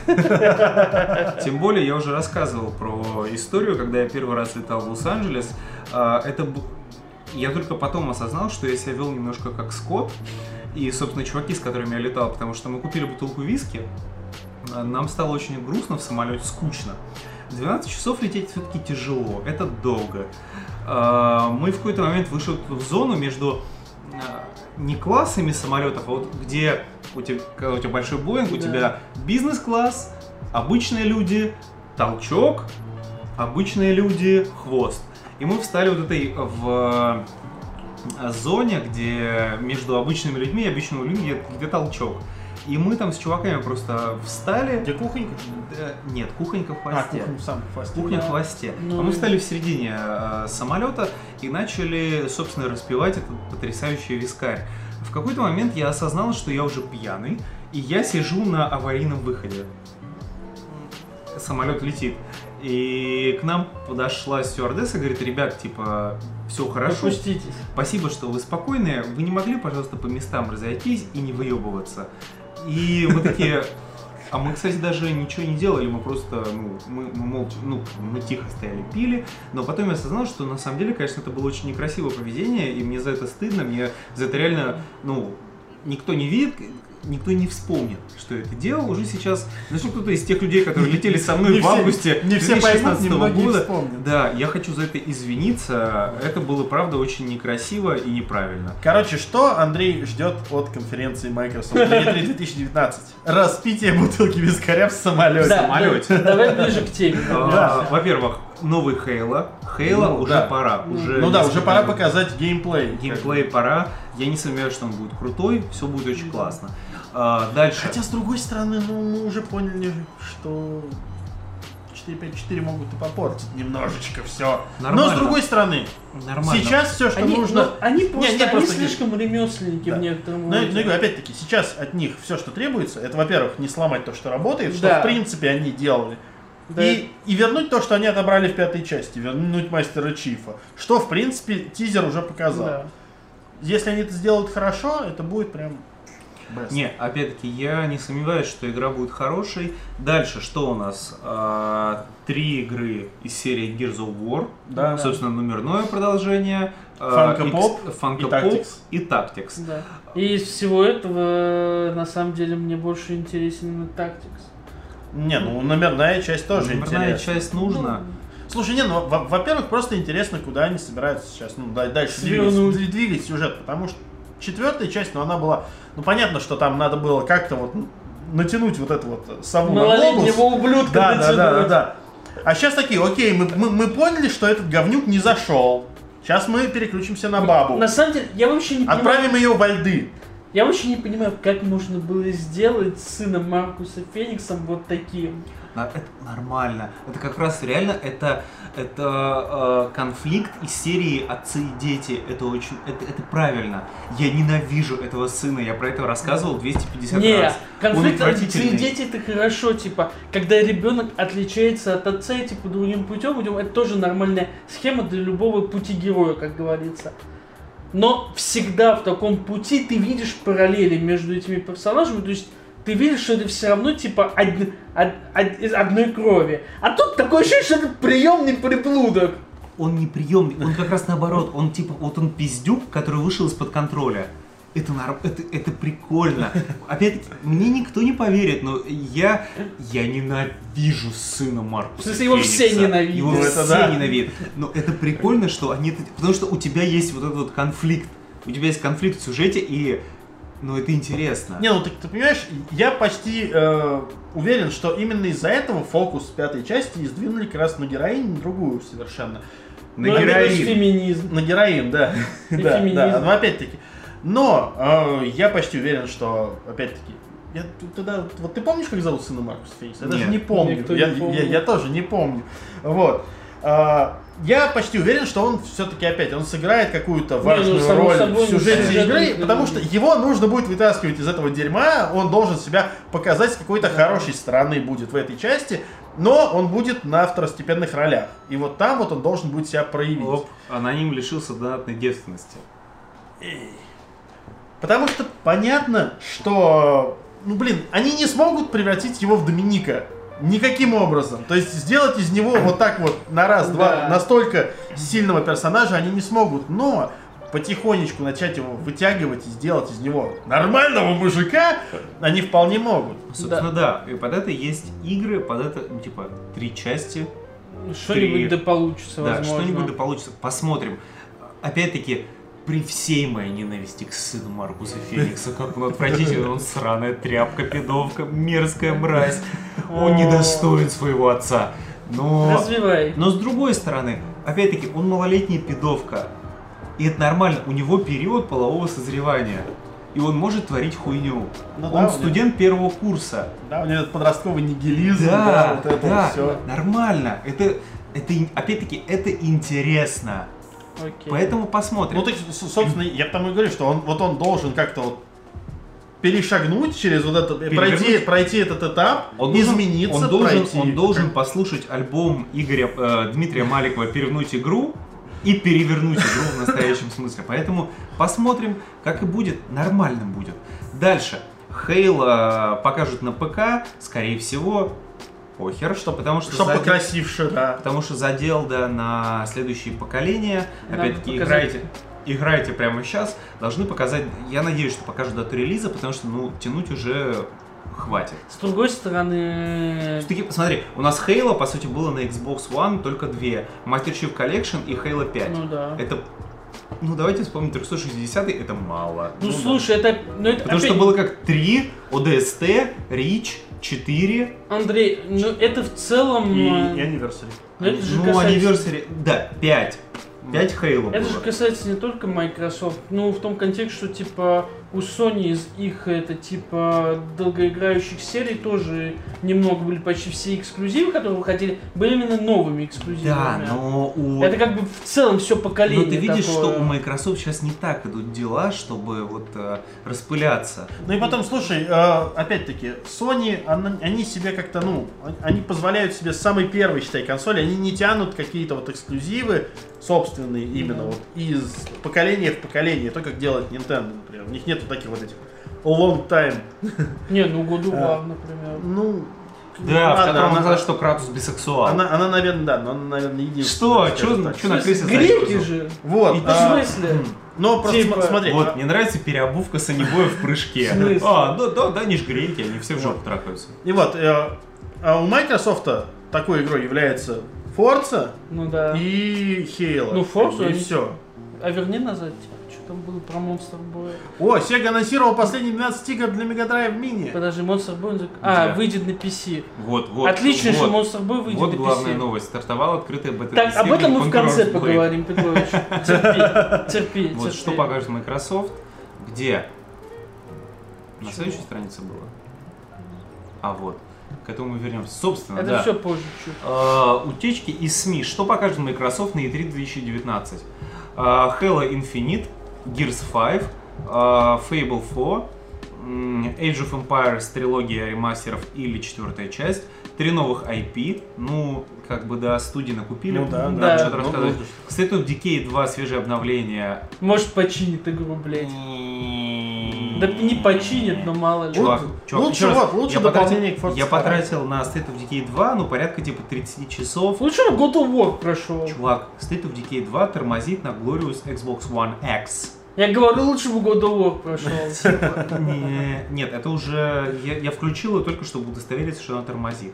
Тем более, я уже рассказывал про историю, когда я первый раз летал в Лос-Анджелес. Это я только потом осознал, что я себя вел немножко как скот. И, собственно, чуваки, с которыми я летал, потому что мы купили бутылку виски, нам стало очень грустно в самолете, скучно. двенадцать часов лететь все-таки тяжело, это долго. Мы в какой-то момент вышли в зону между не классами самолетов, а вот где у тебя, когда у тебя большой Боинг, да. у тебя бизнес-класс, обычные люди, толчок, обычные люди, хвост. И мы встали вот этой в зоне, где между обычными людьми и обычными людьми, где, где толчок. И мы там с чуваками просто встали. Где кухонька? Да, нет, кухонька в хвосте. А, кухня в самом хвосте. Кухня да. в хвосте. Ну... А мы встали в середине э, самолета и начали, собственно, распивать этот потрясающий вискарь. В какой-то момент я осознал, что я уже пьяный, и я сижу на аварийном выходе. Самолет летит. И к нам подошла стюардесса и говорит: ребят, типа, все хорошо. Опуститесь. Спасибо, что вы спокойные. Вы не могли, пожалуйста, по местам разойтись и не выебываться? И мы такие... А мы, кстати, даже ничего не делали, мы просто, ну, мы, мы молча, ну, мы тихо стояли, пили, но потом я осознал, что на самом деле, конечно, это было очень некрасивое поведение, и мне за это стыдно, мне за это реально, ну, никто не видит, никто не вспомнит, что я это делал уже сейчас. Значит, кто-то из тех людей, которые летели со мной в августе две тысячи шестнадцатого года. Да, я хочу за это извиниться. Это было, правда, очень некрасиво и неправильно. Короче, что Андрей ждет от конференции Microsoft и три две тысячи девятнадцать? Распитие бутылки вискаря в самолете. Да, давай ближе к теме. Во-первых, новый Halo. Halo Ну, уже да. пора. Уже Ну да, уже несколько пора минут. показать геймплей. Геймплей пора. Я не сомневаюсь, что он будет крутой, все будет очень классно. А, дальше. Хотя, с другой стороны, ну, мы уже поняли, что четыре пять четыре могут и попортить немножечко все. Но, Нормально. с другой стороны, Нормально. сейчас все, что Они, нужно... ну, они просто, Не, не, они просто слишком ремесленники Да. в некотором Ну, роде. ну, я говорю, опять-таки, сейчас от них все, что требуется, это, во-первых, не сломать то, что работает, что, Да. в принципе, они делали. Да. И, и вернуть то, что они отобрали в пятой части, вернуть Мастера Чифа. Что, в принципе, тизер уже показал. Да. Если они это сделают хорошо, это будет прям best. Не, опять-таки, я не сомневаюсь, что игра будет хорошей. Дальше, что у нас? А, три игры из серии Gears of War. Да. Собственно, номерное продолжение. Funko Pop Funko и Pop Tactics. и Tactics. Да. И из всего этого, на самом деле, мне больше интересен именно Tactics. Не, ну номерная часть тоже Номерная интересна. часть нужна. Слушай, не, ну, во- во-первых, просто интересно, куда они собираются сейчас, ну, да- дальше Свернуть. двигать, двигать сюжет, потому что четвертая часть, ну, она была, ну, понятно, что там надо было как-то вот ну, натянуть вот это вот сову на Малолетнего глобус. ублюдка Да, да, да, да, натянуть. да. А сейчас такие, окей, мы, мы, мы поняли, что этот говнюк не зашел. Сейчас мы переключимся на бабу. На самом деле, я вообще не понимаю, Отправим ее во льды. я вообще не понимаю, как можно было сделать сына Маркуса Фениксом вот таким. На- Это нормально. Это как раз реально это, это э, конфликт из серии отцы и дети. Это очень, это, это правильно. Я ненавижу этого сына. Я про это рассказывал двести пятьдесят Не, раз. конфликт Он отцы и отвратительный. дети это хорошо, типа, когда ребенок отличается от отца и типа другим путем идем, это тоже нормальная схема для любого пути героя, как говорится. Но всегда в таком пути ты видишь параллели между этими персонажами, то есть ты видишь, что это все равно типа од- од- од- из одной крови. А тут такое ощущение, что это приемный приблудок. Он не приемный, он как раз наоборот. Он типа, вот он пиздюк, который вышел из-под контроля. Это, норм- это, это прикольно. Опять-таки, мне никто не поверит, но я, я ненавижу сына Маркуса В смысле, его Феникса. все ненавидят. Его Ну, это все да. ненавидят. Но это прикольно, что они... это- Потому что у тебя есть вот этот вот конфликт. У тебя есть конфликт в сюжете, и... Ну, это интересно. Не, ну ты, ты понимаешь, я почти э, уверен, что именно из-за этого фокус пятой части и сдвинули как раз на героиню, на другую совершенно. На Ну, это героин. же феминизм. На героин, да. И да, феминизм. да, но опять-таки. Но э, я почти уверен, что, опять-таки, я т- тогда, вот ты помнишь, как зовут сына Маркуса Феникса? Я даже Нет. не помню. Никто не Я, помнит. я- я тоже не помню. Вот. А, я почти уверен, что он все-таки опять, он сыграет какую-то Не, важную ну, само роль собой, в сюжете ну, сюжет игры, он- потому что его нужно будет вытаскивать из этого дерьма, он должен себя показать с какой-то Да. хорошей стороны будет в этой части, но он будет на второстепенных ролях. И вот там вот он должен будет себя проявить. Оп, аноним лишился донатной девственности. Потому что понятно, что, ну блин, они не смогут превратить его в Доминика. Никаким образом. То есть сделать из него вот так вот на раз-два Да. настолько сильного персонажа они не смогут. Но потихонечку начать его вытягивать и сделать из него нормального мужика они вполне могут. Собственно, да. И под это есть игры, под это, ну, типа, три части. Что-нибудь Три. да получится, Да, возможно. что-нибудь да получится. Посмотрим. Опять-таки, при всей моей ненависти к сыну Маркуса Феникса, как он отвратительный, он сраная тряпка, пидовка, мерзкая мразь. Он недостоин своего отца. Но, Развивай. но с другой стороны, опять-таки, он малолетняя пидовка. И это нормально, у него период полового созревания. И он может творить хуйню. Ну он да, у него- студент первого курса. Да, у него этот подростковый нигилизм, да, Да, вот это да, вот все. нормально. Это, это, ин- опять-таки, это интересно. Окей. Поэтому посмотрим. Ну, так, с- собственно, я потому и говорю, что он, вот он должен как-то вот перешагнуть через вот это, пройти, Перевернуть. пройти этот этап, Он должен- измениться, он должен, пройти. он должен послушать альбом Игоря э, Дмитрия Маликова «Перевернуть игру» и перевернуть игру в настоящем смысле. Поэтому посмотрим, как и будет. Нормальным будет. Дальше. Halo покажут на ПК, скорее всего, похер, что потому что Чтоб задел- покрасивше, да. потому что задел, да, на следующие поколения. Надо Опять-таки, показать. играйте, играйте прямо сейчас. Должны показать, я надеюсь, что покажут дату релиза, потому что, ну, тянуть уже хватит. С другой стороны... Всё-таки, смотри, у нас Halo, по сути, было на Xbox One только две. Master Chief Collection и Halo пять. Ну да. Это, ну, давайте вспомним, триста шестидесятый, это мало. Ну да. слушай, это... Ну, это Потому опять- что было как три, о ди эс ти, Reach, четыре. Андрей, ну это в целом... И, э, и Anniversary. ну, это же Ну, касается... Anniversary, да, пять. пять Halo Это было. же касается не только Microsoft, ну в том контексте, что типа у Sony из их это типа долгоиграющих серий тоже немного были, почти все эксклюзивы, которые выходили, были именно новыми Да, эксклюзивами. но у... Это как бы в целом все поколение. Но ты видишь, такое. что у Microsoft сейчас не так идут дела, чтобы вот э, распыляться. Ну и потом, слушай, э, опять-таки, Sony, она- они себе как-то, ну, они позволяют себе с самой первой, считай, консоли, они не тянут какие-то вот эксклюзивы собственные именно вот из поколения в поколение, то, как делает Nintendo, например. У них нету таких вот этих long time. Не, ну God of А. War, например. Ну, Да, в ладно, котором она- сказать, что Кратус бисексуал. Она, она, наверное, да, но она, наверное, Что? единственная. скажем Чё- так. чё на крысе Греки стоит? же. Вот. И В а, смысле? Но просто Типа- см- смотри. Вот, а- мне нравится переобувка санебоя в прыжке. В смысле? А, да, да, да, они ж греки, они все в жопу трахаются. И вот, э, а у Microsoft такой игрой является Forza Ну да. и Halo. Ну, Forza И они- все. А верни назад, типа, что там было про Monster Boy? О, Sega анонсировал последние двенадцать игр для Mega Drive Mini. Подожди, Monster Boy... зак- А, Да. выйдет на пи си. Вот, вот. Отлично, вот. что Monster Boy выйдет Вот на главная пи си. новость. Стартовал открытая бета. Так, об этом мы в конце поговорим, Петрович. Терпи, терпи, Вот терпи. что покажет Microsoft, где? На следующей странице было? А вот. К этому мы вернемся. Собственно, Это да. все позже чуть. А, утечки из СМИ. Что покажет Microsoft на и три две тысячи девятнадцать? А, Halo Infinite, Gears пять, а, Fable четыре, м, Age of Empires, трилогия ремастеров или четвертая часть, три новых ай пи, ну, как бы, да, студии накупили, Ну да, надо да. что-то Ну, рассказать. ну, State of Decay два, свежее обновление. Может, починит игру, блядь. Да не починит, но мало ли. Чувак, Лучше- чувак, лучше еще раз, вот, лучше я дополнение потратил- к Forza Я два. потратил на State of Decay два, ну, порядка типа тридцать часов. Лучше бы God of War прошел. Чувак, State of Decay два тормозит на Glorious Xbox One X. Я говорю, лучше бы God of War прошел. Не, нет, это уже... Я, я включил ее только, чтобы удостовериться, что она тормозит.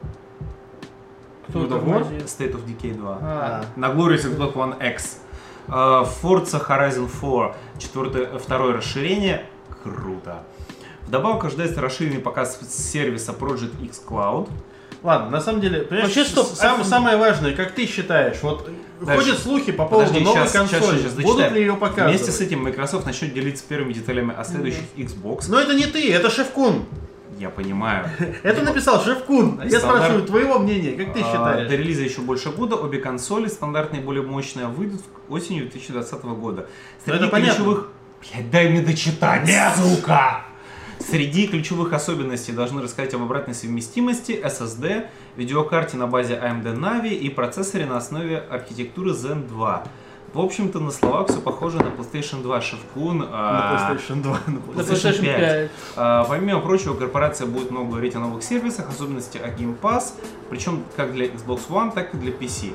Кто God of War? тормозит? State of Decay два. А, На Glorious Xbox One X. Uh, Forza Horizon четыре. Четвертое, второе расширение. Круто. Вдобавок ожидается расширенный показ сервиса Project X Cloud. Ладно, на самом деле, понимаешь, Вообще, стоп, сам- а- самое важное, как ты считаешь, вот Дальше. ходят слухи по поводу Подожди, новой щас, щас, консоли, щас, будут дочитаем. ли ее показывать? Вместе с этим Microsoft начнет делиться первыми деталями о следующих Xbox. Но это не ты, это Шеф-Кун. Я понимаю. Это написал Шеф-Кун. Я Стандарт- спрашиваю твоего мнения, как ты А, считаешь? До релиза еще больше года. Обе консоли, стандартные и более мощные, выйдут осенью две тысячи двадцатого года. Ну, Среди это понятно. ключевых... Блядь, дай мне дочитать, сука! Среди ключевых особенностей должны рассказать об обратной совместимости, эс эс ди, видеокарте на базе эй эм ди Navi и процессоре на основе архитектуры Zen два. В общем-то, на словах все похоже на PlayStation два, Шеф-Кун. На а, PlayStation два. на на PlayStation. PlayStation пять. А, Помимо прочего, корпорация будет много говорить о новых сервисах, особенности о Game Pass, причем как для Xbox One, так и для пи си.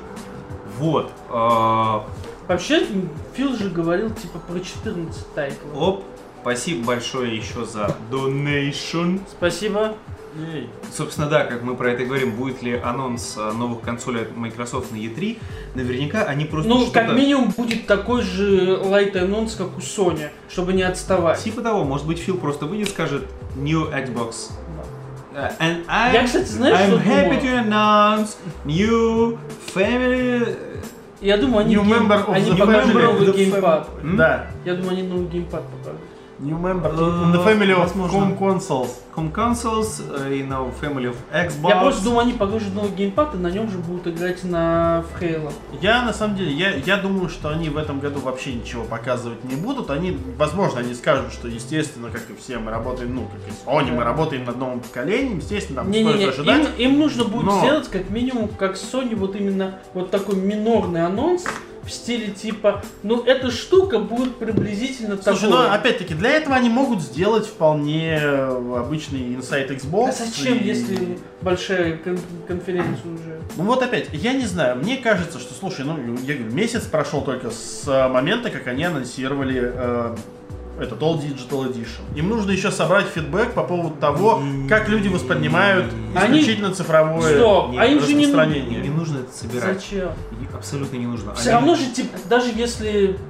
Вот. а, Вообще, Фил же говорил типа про четырнадцать тайтлов. Оп. Спасибо большое еще за donation. Спасибо. Ей. Собственно, да, как мы про это говорим, будет ли анонс а, новых консолей от Microsoft на и три, наверняка они просто Ну, что-то... как минимум, будет такой же лайт анонс, как у Sony, чтобы не отставать. Типа того, может быть, Фил просто выйдет и скажет New Xbox. Uh, and I'm, Я, кстати, знаешь, I'm что happy думаю? to announce new family. Я думаю, они, New гейм- member of они the покажут family. новый The геймпад. М? Да. Я думаю, они новый геймпад покажут. New member in the family of Возможно. home consoles. Home consoles э, и now family of Xbox. Я просто думаю, они покажут новый геймпад, и на нем же будут играть на в Halo. Я на самом деле, я, я думаю, что они в этом году вообще ничего показывать не будут. Они, возможно, они скажут, что, естественно, как и все, мы работаем, ну, как и Sony, мы работаем над новым поколением, естественно, там Не-не-не, стоит ожидать. им, им нужно будет Но- сделать как минимум, как Sony, вот именно вот такой минорный анонс в стиле типа, ну эта штука будет приблизительно Слушай, такой. ну опять-таки, для этого они могут сделать вполне э, обычный Inside Xbox. А зачем, и- если большая кон- конференция уже? Ну вот опять, я не знаю, мне кажется, что, слушай, ну, я говорю, месяц прошел только с э, момента, как они анонсировали э, этот All Digital Edition. Им нужно еще собрать фидбэк по поводу того, как люди воспринимают Они- исключительно цифровое Стоп, не а им же не нужно. распространение. Не, не нужно это собирать. Зачем? И абсолютно не нужно. Все Они- равно же, типа, даже если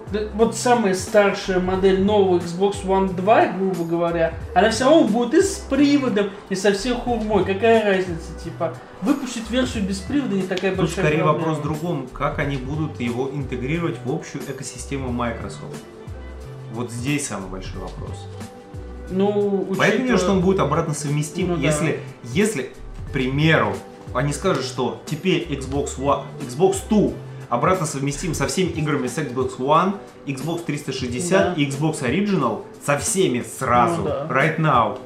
вот самая старшая модель нового Xbox One два, грубо говоря, она все равно будет и с приводом, и со всей хурмой. Какая разница, типа, выпустить версию без привода не такая Тут большая скорее проблема. вопрос в другом, как они будут его интегрировать в общую экосистему Microsoft. Вот здесь самый большой вопрос. Ну, Понятно, учитывая... что он будет обратно совместим, Ну, да. если, если, к примеру, они скажут, что теперь Xbox One, Xbox два обратно совместим со всеми играми с Xbox One, Xbox триста шестьдесят Да. и Xbox Original, со всеми сразу, Ну, да. right now.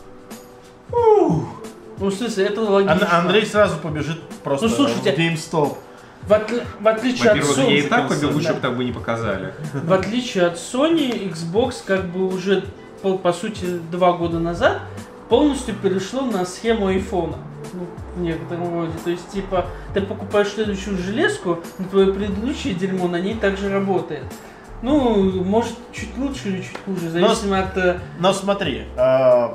Ух. Ну, в смысле, это логично. Ан- Андрей сразу побежит просто Ну, слушайте, в GameStop. В, отли- в отличие от Во-первых, я и Sony, так побегу, да. чтобы так бы не показали. В отличие от Sony, Xbox как бы уже, по, по сути, два года назад полностью перешло на схему айфона. Ну, в некотором роде. То есть, типа, ты покупаешь следующую железку, но твое предыдущее дерьмо на ней также работает. Ну, может, чуть лучше или чуть хуже, зависимо от... э, Но смотри, а,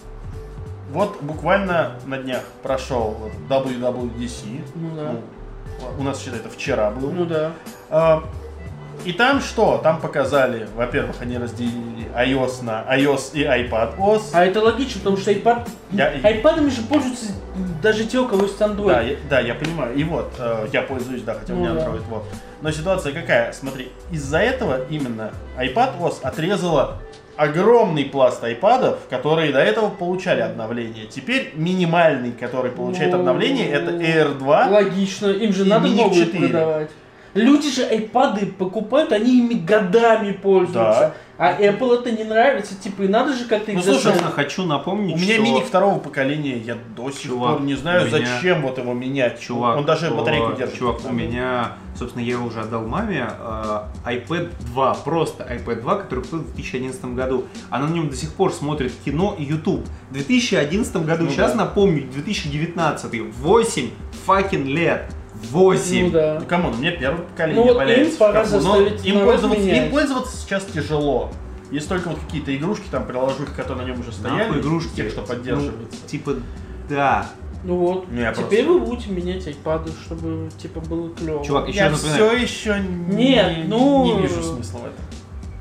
вот буквально на днях прошел вот дабл ю дабл ю ди си. Ну да. Ну, у нас, считай, это вчера был. Ну да. А, и там что? Там показали, во-первых, они разделили iOS на iOS и iPadOS. А это логично, потому что iPad... Я- айпадами же пользуются даже те, у кого есть Android. Да, я, да, я понимаю. И вот, э, я пользуюсь, да, хотя у меня Ну да. Android, вот. Но ситуация какая? Смотри, из-за этого именно iPadOS отрезала огромный пласт айпадов, которые до этого получали обновление. Теперь минимальный, который получает Ну, обновление, это Air два. Логично, им же и надо Mini новые четыре. продавать. Люди же айпады покупают, они ими годами пользуются. Да. А Apple это не нравится, типа, и надо же как-то их Ну, слушай, заставить. Собственно, хочу напомнить, У меня что... мини второго поколения, я до сих Чувак, пор не знаю, у меня- зачем вот его менять. Чувак, Он даже о, батарейку держит. Чувак, у меня, собственно, я его уже отдал маме, э, iPad два, просто iPad два, который купил в две тысячи одиннадцатом году. Она на нем до сих пор смотрит кино и YouTube. В две тысячи одиннадцатом году, Ну сейчас да. напомню, две тысячи девятнадцатый, восемь fucking лет. восемь. Ну да. Ну, камон, у меня первое поколение Ну вот валяется им в пора шкафу, но заставить им народ пользоваться, менять. им пользоваться сейчас тяжело. Есть только вот какие-то игрушки, там, приложухи, которые на нем уже стояли. Нахуй игрушки. Тех, что поддерживается. Ну, типа, да. Ну вот, Ну, я теперь просто- вы будете менять айпады, чтобы, типа, было клево. Чувак, еще Я раз напоминаю. все еще Нет, не, ну- не вижу смысла в этом.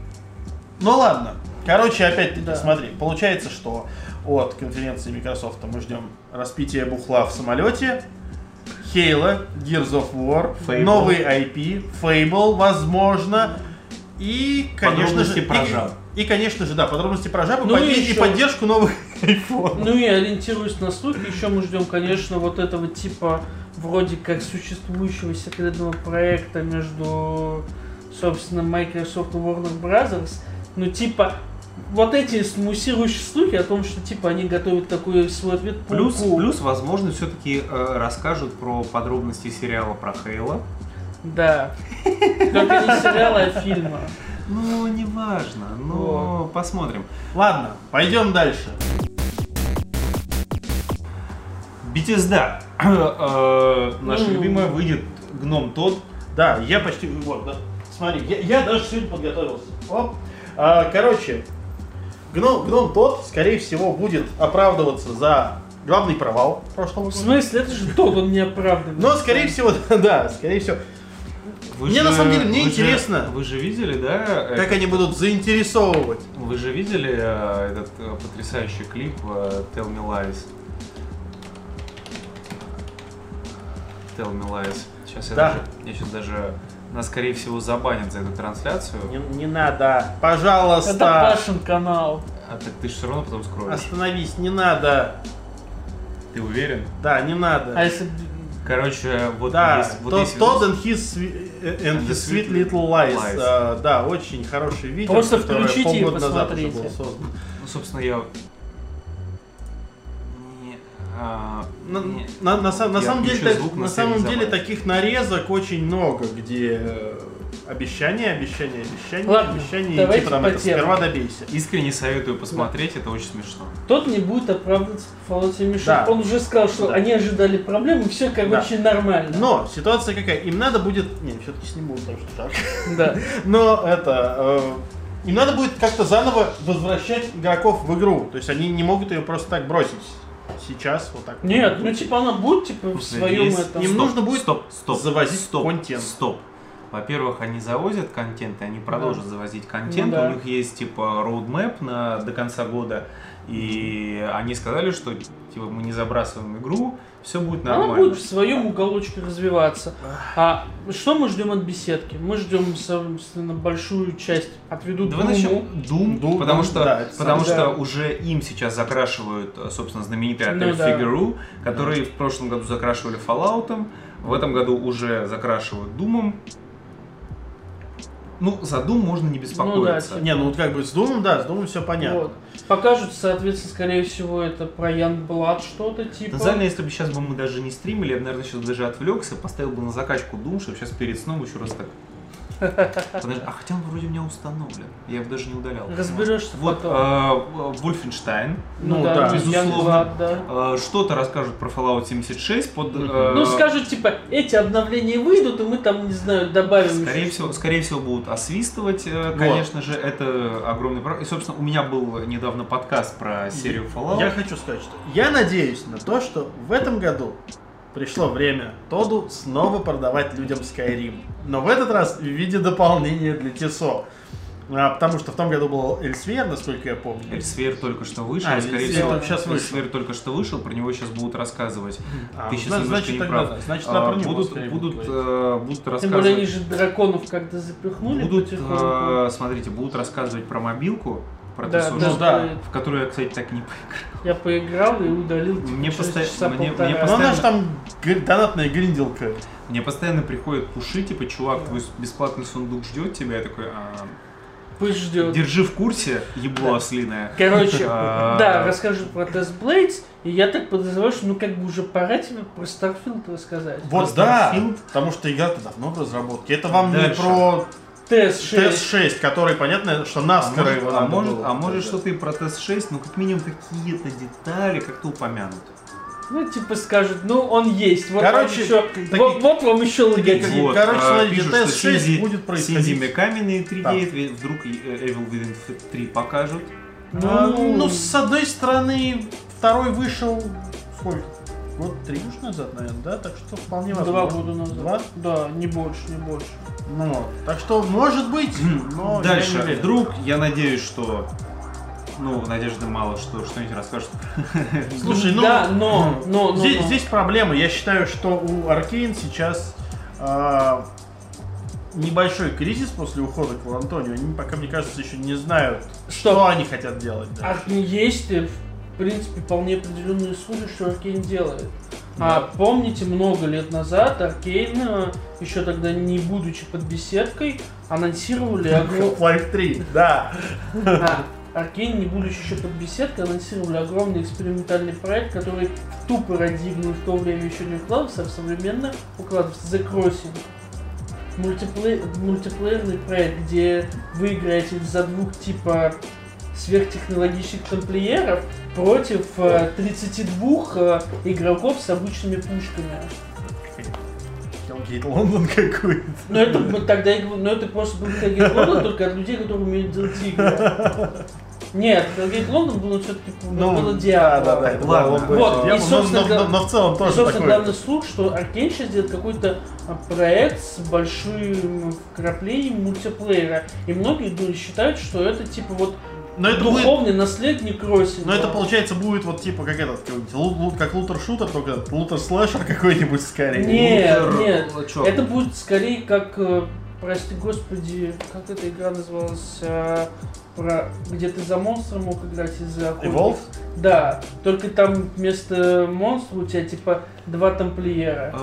Ну ладно. Короче, опять-таки, Да. смотри, получается, что от конференции Microsoft мы ждем распития бухла в самолете, Halo, Gears of War, Fable. новый ай пи, Fable, возможно, и, конечно Подробности же, про и- жаб. И, конечно же, да, подробности про жабу Ну и, и и еще- поддержку новых айфонов. Ну и ориентируясь на слухи, еще мы ждем, конечно, вот этого типа вроде как существующего секретного проекта между, собственно, Microsoft и Warner Brothers. Ну типа вот эти муссирующие слухи о том, что типа они готовят такой свой ответ Плюс, Пауку. плюс, возможно, все-таки э, расскажут про подробности сериала про Хейла. Да. Только не сериала, а фильма. Ну, неважно, но посмотрим. Ладно, пойдем дальше. Bethesda. Э, Наша М. любимая выйдет Гном Тод. Да, я почти... Вот, да. Смотри, я, я даже сегодня подготовился. Оп. А, короче, Гном, Гном тот, скорее всего, будет оправдываться за главный провал прошлого В года. смысле, это же тот, он не оправдан. Но, скорее всего, да, скорее всего. Вы Мне же- на самом деле, мне вы же- интересно. Вы же видели, да? Как э, они будут заинтересовывать. Вы же видели э, этот э, потрясающий клип э, Tell Me Lies? Tell Me Lies. Сейчас я Да. даже, я сейчас даже, нас скорее всего забанят за эту трансляцию. Не, не надо. Пожалуйста. Это Пашин канал. А так ты же все равно потом скроешь. Остановись, не надо. Ты уверен? Да, не надо. А если... Короче, вот Да, есть, вот Todd есть Todd видос. and his, swe- and And his the Sweet Sweet Little Lies. Lies. А, да, очень хорошее видео, Просто которое включите и полгода назад уже посмотрите. было создано. Ну, собственно, я... Не, а, На, не. на- на сам- на Я самом деле, включу так- звук, на но самом свет не деле забавит. таких нарезок очень много, где э, обещания, обещания, обещания, Ладно, обещания, и давайте типа там по это, теме. сперва добейся. Искренне советую посмотреть, это очень смешно. Тот не будет оправдываться по Фаллоте Мишель. Да. Он уже сказал, что Да. они ожидали проблем, и все, короче, нормально. Но ситуация какая? Им надо будет... Не, все-таки с ним будет, потому что жарко. Да. Но это... э, им надо будет как-то заново возвращать игроков в игру. То есть они не могут ее просто так бросить. Сейчас вот так. Нет, ну типа она будет типа в своем Есть- этом. Им Стоп, нужно будет стоп, стоп, завозить стоп, контент. Стоп. Во-первых, они завозят контент, и они продолжат да. завозить контент. Ну, да. У них есть типа roadmap на, до конца года. И они сказали, что типа, мы не забрасываем игру, все будет нормально. Она будет в своем уголочке развиваться. А что мы ждем от беседки? Мы ждем, собственно, большую часть. Отведут Давай начнем Doom, Doom, потому, Doom, что, да, потому да. что уже им сейчас закрашивают, собственно, знаменитый отель ну, да. Figaro, который да. в прошлом году закрашивали Fallout'ом, в этом году уже закрашивают Doom'ом. Ну, за Doom можно не беспокоиться. Ну, да, не, ну вот как бы с Doom, да, с Doom все понятно. Вот. Покажут, соответственно, скорее всего, это про Youngblood что-то типа. Потенциально, если бы сейчас бы мы даже не стримили, я бы, наверное, сейчас даже отвлекся, поставил бы на закачку Doom, чтобы сейчас перед сном еще раз так... Подожди, а хотя он вроде у меня установлен, я его даже не удалял. Разберешься вот, потом. Вольфенштайн, ну, ну да, безусловно. Да. Что-то расскажут про Fallout семьдесят шесть. Под, ну э... скажут, типа, эти обновления выйдут, и мы там, не знаю, добавим. Скорее всего, скорее всего, будут освистывать, конечно вот. же, это огромный прорыв. И, собственно, у меня был недавно подкаст про серию Fallout. Я хочу сказать, что я надеюсь на то, что в этом году пришло время Тодду снова продавать людям Skyrim. Но в этот раз в виде дополнения для ТИСО. А, потому что в том году был Эльсвер, насколько я помню. Эльсвер только что вышел. А, скорее Эльсвер всего, сейчас вышел. Эльсвер только что вышел, про него сейчас будут рассказывать. А, Ты сейчас значит, немножко не тогда, прав. Значит, а, про него будут, будут, э, будут рассказывать. Тем более они же драконов как-то запихнули. Будут, э, смотрите, будут рассказывать про мобилку. Про да, ТСО, да, да, в которую я, кстати, так и не поиграл. Я поиграл и удалил типа, мне постоянно, часа мне, полтора. мне Но постоянно... она же там донатная гринделка. Мне постоянно приходят пуши, типа, чувак, да. твой бесплатный сундук ждет тебя. Я такой, а... пусть ждет. Держи в курсе, ебло да. ослиное. Короче, да, расскажу про Test Blades. И я так подозреваю, что ну как бы уже пора тебе про Starfield рассказать. Вот да, потому что игра-то давно в разработке. Это вам не про... Ти эс шесть. Ти эс шесть, который, понятно, что наскоро а его может, надо а может, было. А может что-то и про Ти эс шесть, ну как минимум какие-то детали как-то упомянут. Ну, типа скажут, ну он есть. Вот Короче, вам еще, таки... вот, вот вам еще логотип. Вот, Короче, а, смотрите, пишут, Ти эс шесть Синди, будет происходить. Синди Мекамин три Д, вдруг Evil Within три покажут. Ну, а, ну, с одной стороны, второй вышел сколько? Год три уж назад, наверное, да? Так что вполне возможно. Два года назад. Два? Да, не больше, не больше. Ну, так что, может быть, но дальше, я не вдруг, я надеюсь, что... Ну, надежды мало, что что-нибудь расскажут. Слушай, ну, да, но, но, но, здесь, но. здесь проблема. Я считаю, что у Arkane сейчас э, небольшой кризис после ухода к Антонию. Они пока, мне кажется, еще не знают, что, что они хотят делать. А есть, в принципе, вполне определенные слухи, что Arkane делает. Да. А помните, много лет назад Arkane, еще тогда не будучи под беседкой, анонсировали... Half-Life три, да. Arkane, не будучи еще под беседкой, анонсировали огромный экспериментальный проект, который в ту парадигму в то время еще не укладывался, а в современно укладывается. The Crossing. Мультиплеер, мультиплеерный проект, где вы играете за двух типа сверхтехнологичных тамплиеров против э, тридцати двух э, игроков с обычными пушками. Hellgate London какой-то. Ну это тогда ну, это просто был Hellgate London, только от людей, которые умеют делать игры. Нет, Hellgate London был все-таки ну, было Диабло. Да, да, да. Ладно, вот, и, собственно, но, но, но, но в целом тоже и, собственно, такой. главный слух, что Arkane сейчас делает какой-то проект с большим вкраплением мультиплеера. И многие думают, считают, что это типа вот но это духовный будет... наследник Кроссинга. Но это получается будет вот типа как этот, как лутер-шутер, только лутер-слэшер какой-нибудь скорее. Нет, лутер... нет, Лучок. Это будет скорее как, прости господи, как эта игра называлась, про где ты за монстра мог играть из-за охотников. Evolve? Да, только там вместо монстра у тебя типа два тамплиера.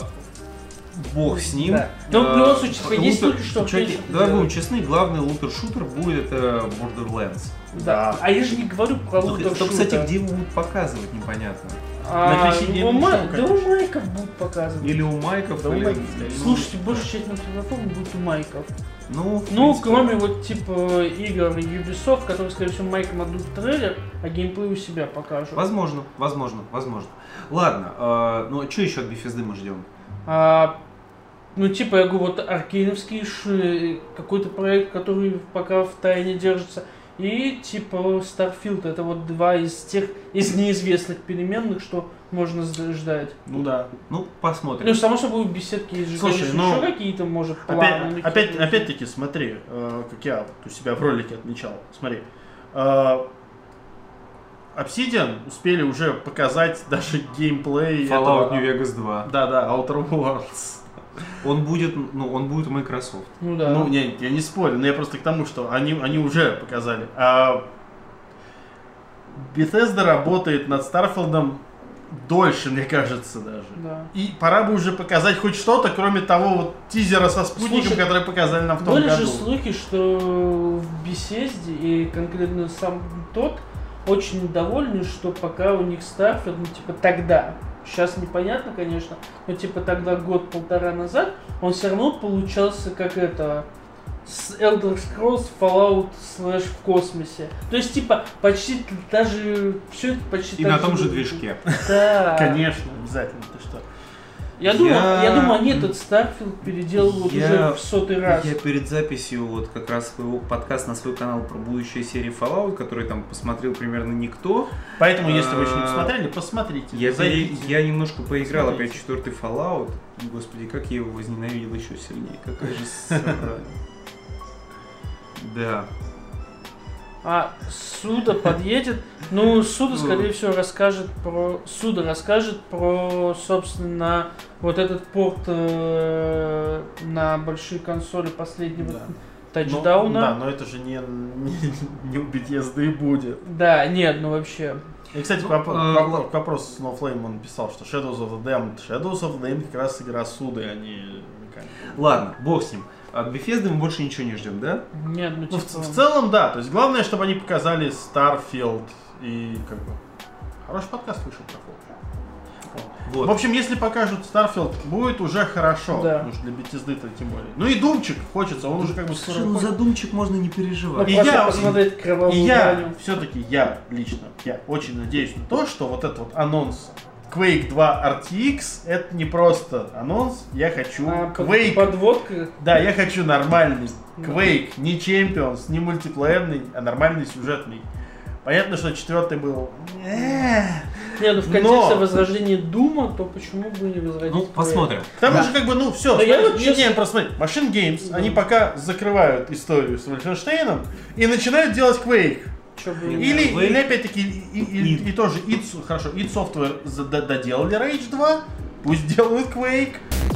Бог с ним. Да. Но в любом случае, типа, есть люди, что... Чуваки, давай будем честны, главный лутер-шутер будет это Borderlands. Да. да. А я же не говорю про лутер-шутер. Что, кстати, где его будут показывать, непонятно. А, у ма... Да у майков будут показывать. Или у майков, да или... у майков. Слушайте, большая часть мультиплатформ будет у майков. Ну, ну кроме вот типа игр Ubisoft, которые, скорее всего, майком отдадут трейлер, а геймплей у себя покажут. Возможно, возможно, возможно. Ладно, э, ну что еще от Bethesda мы ждем? А, ну, типа, я говорю, вот аркейновский какой-то проект, который пока в тайне держится. И типа Starfield это вот два из тех, из неизвестных переменных, что можно ждать. Ну да. Ну, посмотрим. Ну, само собой, в беседке есть же, Слушай, конечно, ну, еще какие-то, может, планы. Опять, опять, опять-таки, смотри, э, как я у себя в ролике отмечал. Смотри. Э, Obsidian успели уже показать даже геймплей Fallout этого... New Vegas два. Да-да, Outer Worlds. Он будет, ну, он будет Microsoft. Ну да. Ну, не, я не спорю, но я просто к тому, что они, они уже показали. А Bethesda работает над Starfield'ом дольше, мне кажется, даже. Да. И пора бы уже показать хоть что-то, кроме того вот тизера со спутником, Слушай, который показали нам в том были году. же слухи, что в Bethesda и конкретно сам тот очень недовольны, что пока у них Starfield, ну типа тогда, сейчас непонятно, конечно, но типа тогда год-полтора назад, он все равно получался как это, с Elder Scrolls Fallout слэш в космосе. То есть типа почти даже все это почти И так на том же выглядит. движке. Да. Конечно, обязательно, ты что. Я, Я- думаю, я думаю, они этот Starfield переделывают Я- уже в сотый раз. Я перед записью вот как раз своего подкаста на свой канал про будущие серии Fallout, который там посмотрел примерно никто. Поэтому, если вы еще не А, посмотрели, посмотрите. Я, пере- зайдите. я немножко поиграл Смотрите. опять в четвертый Fallout. Господи, как я его возненавидел еще сильнее. Какая же срань. Да. А Суда подъедет. Ну, Суда, скорее всего, расскажет про. Суда расскажет про, собственно, вот этот порт э, на большие консоли последнего Да. тачдауна. Ну, да, но это же не, не, не у Bethesda и будет. Да, нет, ну вообще. И, кстати, Ну, к воп- э, к воп- к вопросу Snowflame он писал, что Shadows of the Damned. Shadows of the Damned как раз игра Суды, а не механика. Ладно, бог с ним. От Bethesda мы больше ничего не ждем, да? Нет, ну Ну, в, типа. в целом, да. То есть, главное, чтобы они показали Starfield и как бы... Хороший подкаст вышел про Fallout. Вот. В общем, если покажут Starfield, будет уже хорошо. Да. Потому что для Bethesda-то тем более. Ну и Думчик хочется, он уже как бы скоро Ну, выходит. за Думчик можно не Ну, переживать. И просто я- посмотреть И кровавую я, баню. все-таки я лично, я очень надеюсь на то, что вот этот вот анонс Quake два ар ти экс, это не просто анонс, я хочу А, под- Quake, подводка. да, я хочу нормальный Да. Quake, не Champions, не мультиплеерный, а нормальный сюжетный. Понятно, что четвертый был... Не, ну в контексте Но- возрождения Дума, то почему бы не возродить? Ну, Quake? посмотрим. К тому же, как бы, ну, все, Да я вот честно- не, просто смотри, Machine Games, Да. они пока закрывают историю с Wolfenstein'ом и начинают делать Quake. Чё бы и Или- нет. Или, Quake. или опять-таки, и, и- и- и тоже id, хорошо, id Software за- д- доделали Rage два, пусть делают Quake.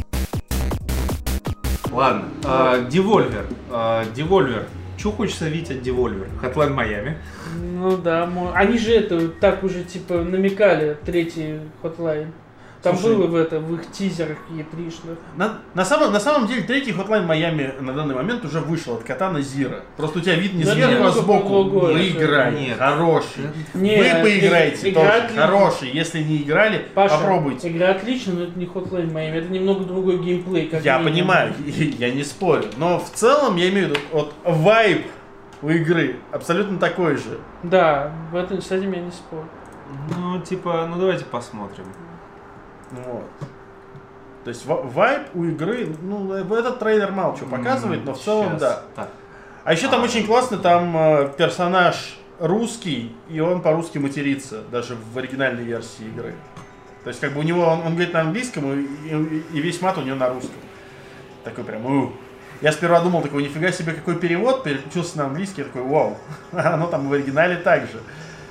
Ладно. А, Devolver. А, Devolver. Что хочется видеть от Devolver? Hotline Miami. Ну да, мо- они же это так уже типа намекали, третий Hotline. Там Слушай, было в это, в их тизерах и тришных. На, на, самом, на самом деле, третий Hotline Miami на данный момент уже вышел от кота на Зира. Просто у тебя вид не Да сверху, немного а сбоку. другое, Вы всё. играй, Нет. хороший. Не, Вы э, поиграете игра тоже, отличная. хороший. Если не играли, Паша, попробуйте. игра отличная, но это не Hotline Miami, это немного другой геймплей. Как Я минимум. понимаю, я не спорю. Но в целом, я имею в виду, вот вайб у игры абсолютно такой же. Да, в этом, с этим я не спорю. Ну, типа, ну давайте посмотрим. Вот. То есть ва- вайб у игры, ну, этот трейлер мало что показывает, но в целом, Щас. да. Так. А еще там А. очень классно, там э, персонаж русский, и он по-русски матерится, даже в оригинальной версии игры. То есть, как бы у него, он, он говорит на английском, и, и- и весь мат у него на русском. Такой прям, у. Я сперва думал, такой, нифига себе, какой перевод, переключился на английский, я такой, вау. Оно там в оригинале так же.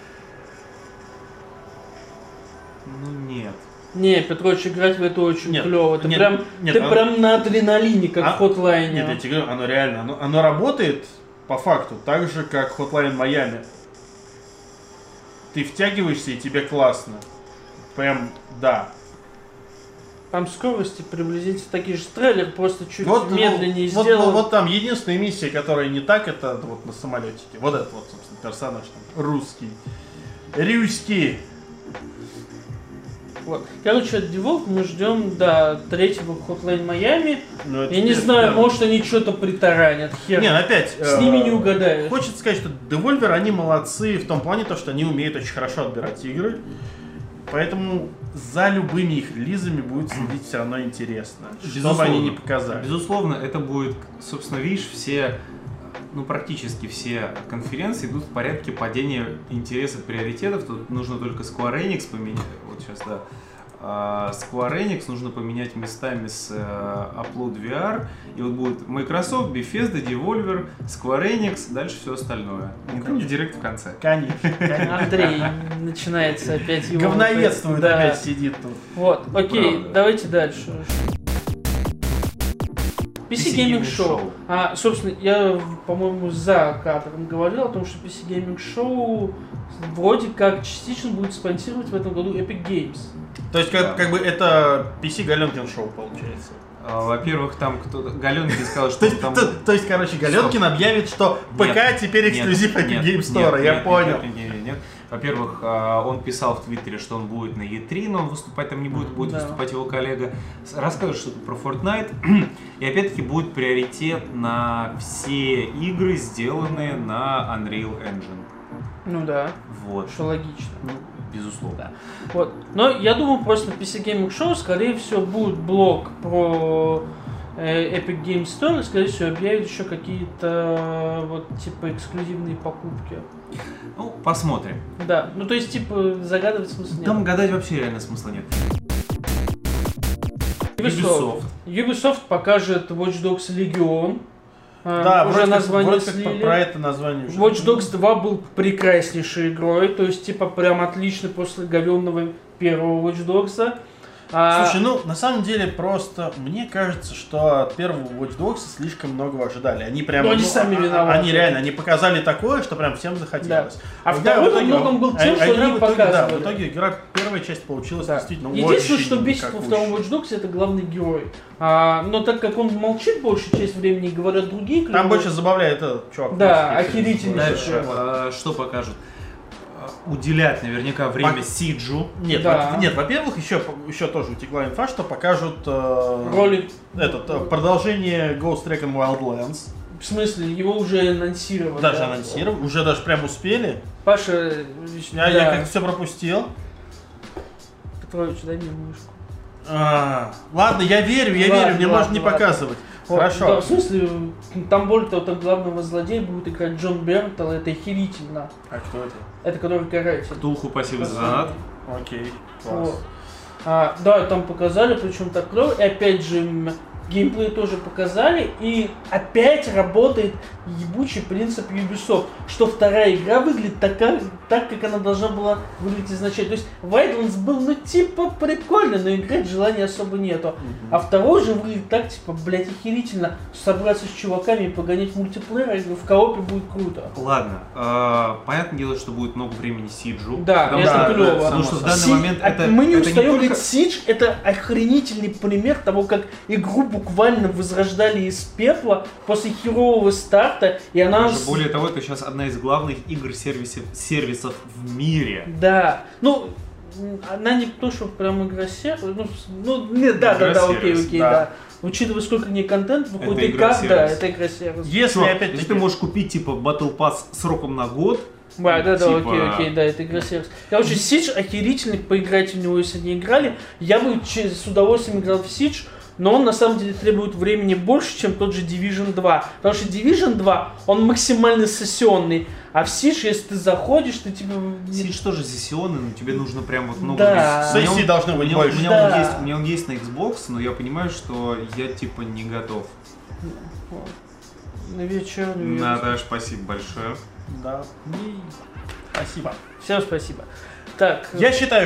Ну, нет. Не, Петрович, играть в это очень Нет, клево. Ты нет, прям, нет, ты оно- прям на адреналине, как А- в Hotline. Нет, я тебе говорю, оно реально, оно, оно работает по факту так же, как Hotline Miami. Ты втягиваешься, и тебе классно. Прям, да. Там скорости приблизительно такие же. Трейлер просто чуть Вот, медленнее ну, вот, сделан. вот, вот там единственная миссия, которая не так, это вот на самолетике. Вот этот вот, собственно, персонаж там, русский. Рюський. Вот. Короче, от Devolve мы ждем до третьего Hotline Miami. Ну, это Я не теперь, знаю, да. может они что-то притаранят. Хер. Не, ну, опять... С э, ними не угадаешь. Хочется сказать, что Devolver, они молодцы в том плане, то, что они умеют очень хорошо отбирать игры. Поэтому за любыми их релизами будет следить все равно интересно. Что бы они ни показали. Безусловно, это будет, собственно, видишь, все ну, практически все конференции идут в порядке падения интереса приоритетов. Тут нужно только Square Enix поменять. Вот сейчас, да. Square Enix нужно поменять местами с Upload ви ар, и вот будет Microsoft, Bethesda, Devolver, Square Enix, дальше все остальное. Nintendo Direct в конце. Конечно, конечно. Андрей, начинается опять его... Говноедствует, да. опять сидит тут. Вот, окей, Правда. давайте дальше. пи си Gaming Show. А, собственно, я, по-моему, за кадром говорил о том, что пи си Gaming Show вроде как частично будет спонсировать в этом году Epic Games. То есть, как, как бы это пи си Галенкин шоу получается. А, Во-первых, там кто-то... Галенкин сказал, То что есть, там... то, то есть, короче, Галенкин объявит, что ПК Нет, теперь нет, эксклюзив Epic нет, Game нет, Store, я нет, понял. Нет, нет, нет, нет. Во-первых, а, он писал в Твиттере, что он будет на и три, но он выступать там не будет, будет Да. выступать его коллега. С- Расскажет что-то про Fortnite. И опять-таки будет приоритет на все игры, сделанные на Unreal Engine. Ну да, Вот. что логично. Ну, безусловно. Да. Вот. Но я думаю, просто на пи си Gaming Show, скорее всего, будет блог про э, Epic Games Store, и, скорее всего, объявят еще какие-то вот типа эксклюзивные покупки. Ну, посмотрим. Да, ну то есть типа загадывать смысла нет. Там гадать вообще реально смысла нет. Ubisoft. Ubisoft покажет Watch Dogs Legion. А, Да, уже вроде как- название вроде как слили. про это название уже. Watch Dogs два был прекраснейшей игрой, то есть типа прям отлично после говенного первого Watch Dogs. А, Слушай, ну, на самом деле, просто мне кажется, что от первого Watch Dogs слишком многого ожидали. Они прям... Ну, они сами виноваты. Они реально, они показали такое, что прям всем захотелось. А Да, второй в итоге- во многом был тем, а- что они они в итоге, да, показывали. в итоге игра, первая часть получилась Да. действительно Единственное, очень что бесит во никакущей. втором Watch Dogs, это главный герой. А, но так как он молчит большую часть времени и говорят другие Там клевые- больше забавляет этот чувак. Да, Просто охерительный дальше. сюжет. А, что покажут? А, Уделят наверняка время Пок- Сиджу. Нет, Да. во- нет, во-первых, еще, еще тоже утекла инфа, что покажут э, Ролик. этот, э, продолжение Ghost Recon Wildlands. В смысле, его уже анонсировали. Даже да. анонсировали, уже даже прям успели. Паша, Я, я да. как все пропустил. Петрович, дай мне мышку. А, ладно, я верю, я Ладно, верю, мне ладно, можно не ладно. показывать. Вот, Хорошо. Да, в смысле, там более того, там главного злодея будет играть Джон Бернтл, это охерительно. А кто это? Это который каратель. Тулху, спасибо за донат. Окей, класс. Вот. А, да, там показали, причем так клево. И опять же, м, геймплей тоже показали. И опять работает ебучий принцип Ubisoft, что вторая игра выглядит такая, так, как она должна была выглядеть изначально. То есть Wildlands был, ну, типа, прикольно, но играть желания особо нету. А второй же выглядит так, типа, блядь, охерительно. Собраться с чуваками и погонять мультиплеер, и в коопе будет круто. Ладно, а, понятное дело, что будет много времени Сиджу. Да, потому это что, клево. Потому что в данный Си- момент а это, мы не это устаем только- говорить, Сидж это охренительный пример того, как игру буквально возрождали из пепла после херового старта, и она... Даже с- более того, это сейчас одна из главных игр сервисов, сервисов в мире. Да, ну, м, она не то, что прям игра сервис, ну, с- ну, не, да, да, да, окей, Игра-сервис, окей, да. да. Учитывая, сколько не контент выходит, Это и как, да, игра-сервис. это игра-сервис. Если Чё, опять если ты можешь купить типа Battle Pass сроком на год, Да, да, да, типа- окей, окей, да, это игра-сервис. Короче, Сидж охерительный, поиграть в него, если не играли. Я бы че- с удовольствием играл в Сидж, но он на самом деле требует времени больше, чем тот же Division два. Потому что Division два, он максимально сессионный. А в Сидж, если ты заходишь, ты типа... Сидж тоже сессионный, но тебе нужно прям вот много... Да. У меня он- Сессии должны у быть меня- больше. У меня, Да. он есть, у меня он есть на Xbox, но я понимаю, что я типа не готов. Вот. На вечернюю. Наташ, спасибо большое. Да. И- Спасибо. Всем спасибо. Так, Я считаю,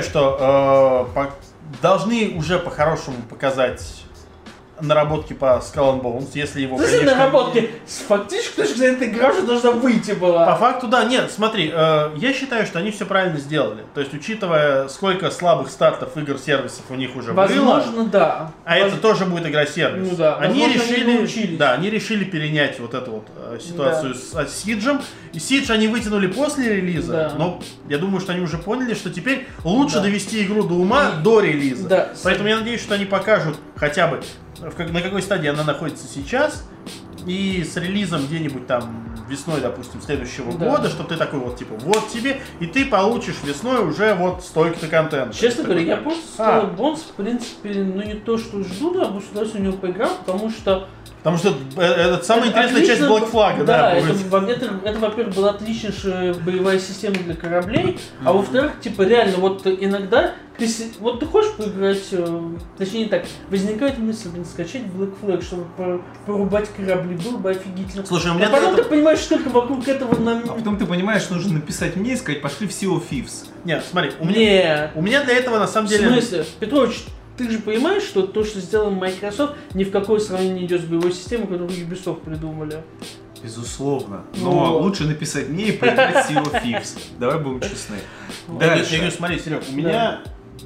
что э, по- должны уже по-хорошему показать наработки по Skull and Bones, если его, слушай, конечно... наработки, с фактически, точки зрения, эта игра уже должна выйти была. По факту, да, нет, смотри, э, я считаю, что они все правильно сделали. То есть, учитывая, сколько слабых стартов игр-сервисов у них уже было, Возможно, да. а это Воз- тоже будет игра-сервис. Ну да, они возможно, они решили, научились. да, они решили перенять вот эту вот э, ситуацию Да. с, с Сиджем. И Сидж они вытянули после релиза, Да. но я думаю, что они уже поняли, что теперь лучше Да. довести игру до ума И- до релиза. Да. Поэтому я надеюсь, что они покажут хотя бы в как- на какой стадии она находится сейчас, и с релизом где-нибудь там весной, допустим, следующего Да. года, что ты такой вот, типа, вот тебе, и ты получишь весной уже вот столько-то контента. Честно говоря, я просто А. Skull and Bones, в принципе, ну не то, что жду, да, буду с удовольствием в него поиграл, потому что... Потому что э, это самая это интересная часть отлично- Black Flag, да. Да, это, будет. во- это, это, во-первых, была отличнейшая боевая система для кораблей, а во-вторых, типа, реально, вот иногда, ты, си- вот ты хочешь поиграть, э, точнее не так, возникает мысль, блин, скачать Black Flag, чтобы по- порубать корабли, было бы офигительно. Слушай, у А меня потом для ты понимаешь, что только вокруг этого нам... А потом ты понимаешь, нужно написать мне и сказать, пошли в Sea of Thieves. Нет, смотри, у меня, Нет. у меня для этого на самом В деле... смысле? Петрович, ты же понимаешь, что то, что сделал Microsoft, ни в какое сравнение не идет с боевой системой, которую Ubisoft придумали. Безусловно. Ну Но вот. лучше написать мне и поиграть в Sea of Thieves. Давай будем честны. Вот. Я Дальше. говорю, смотри, Серег, у меня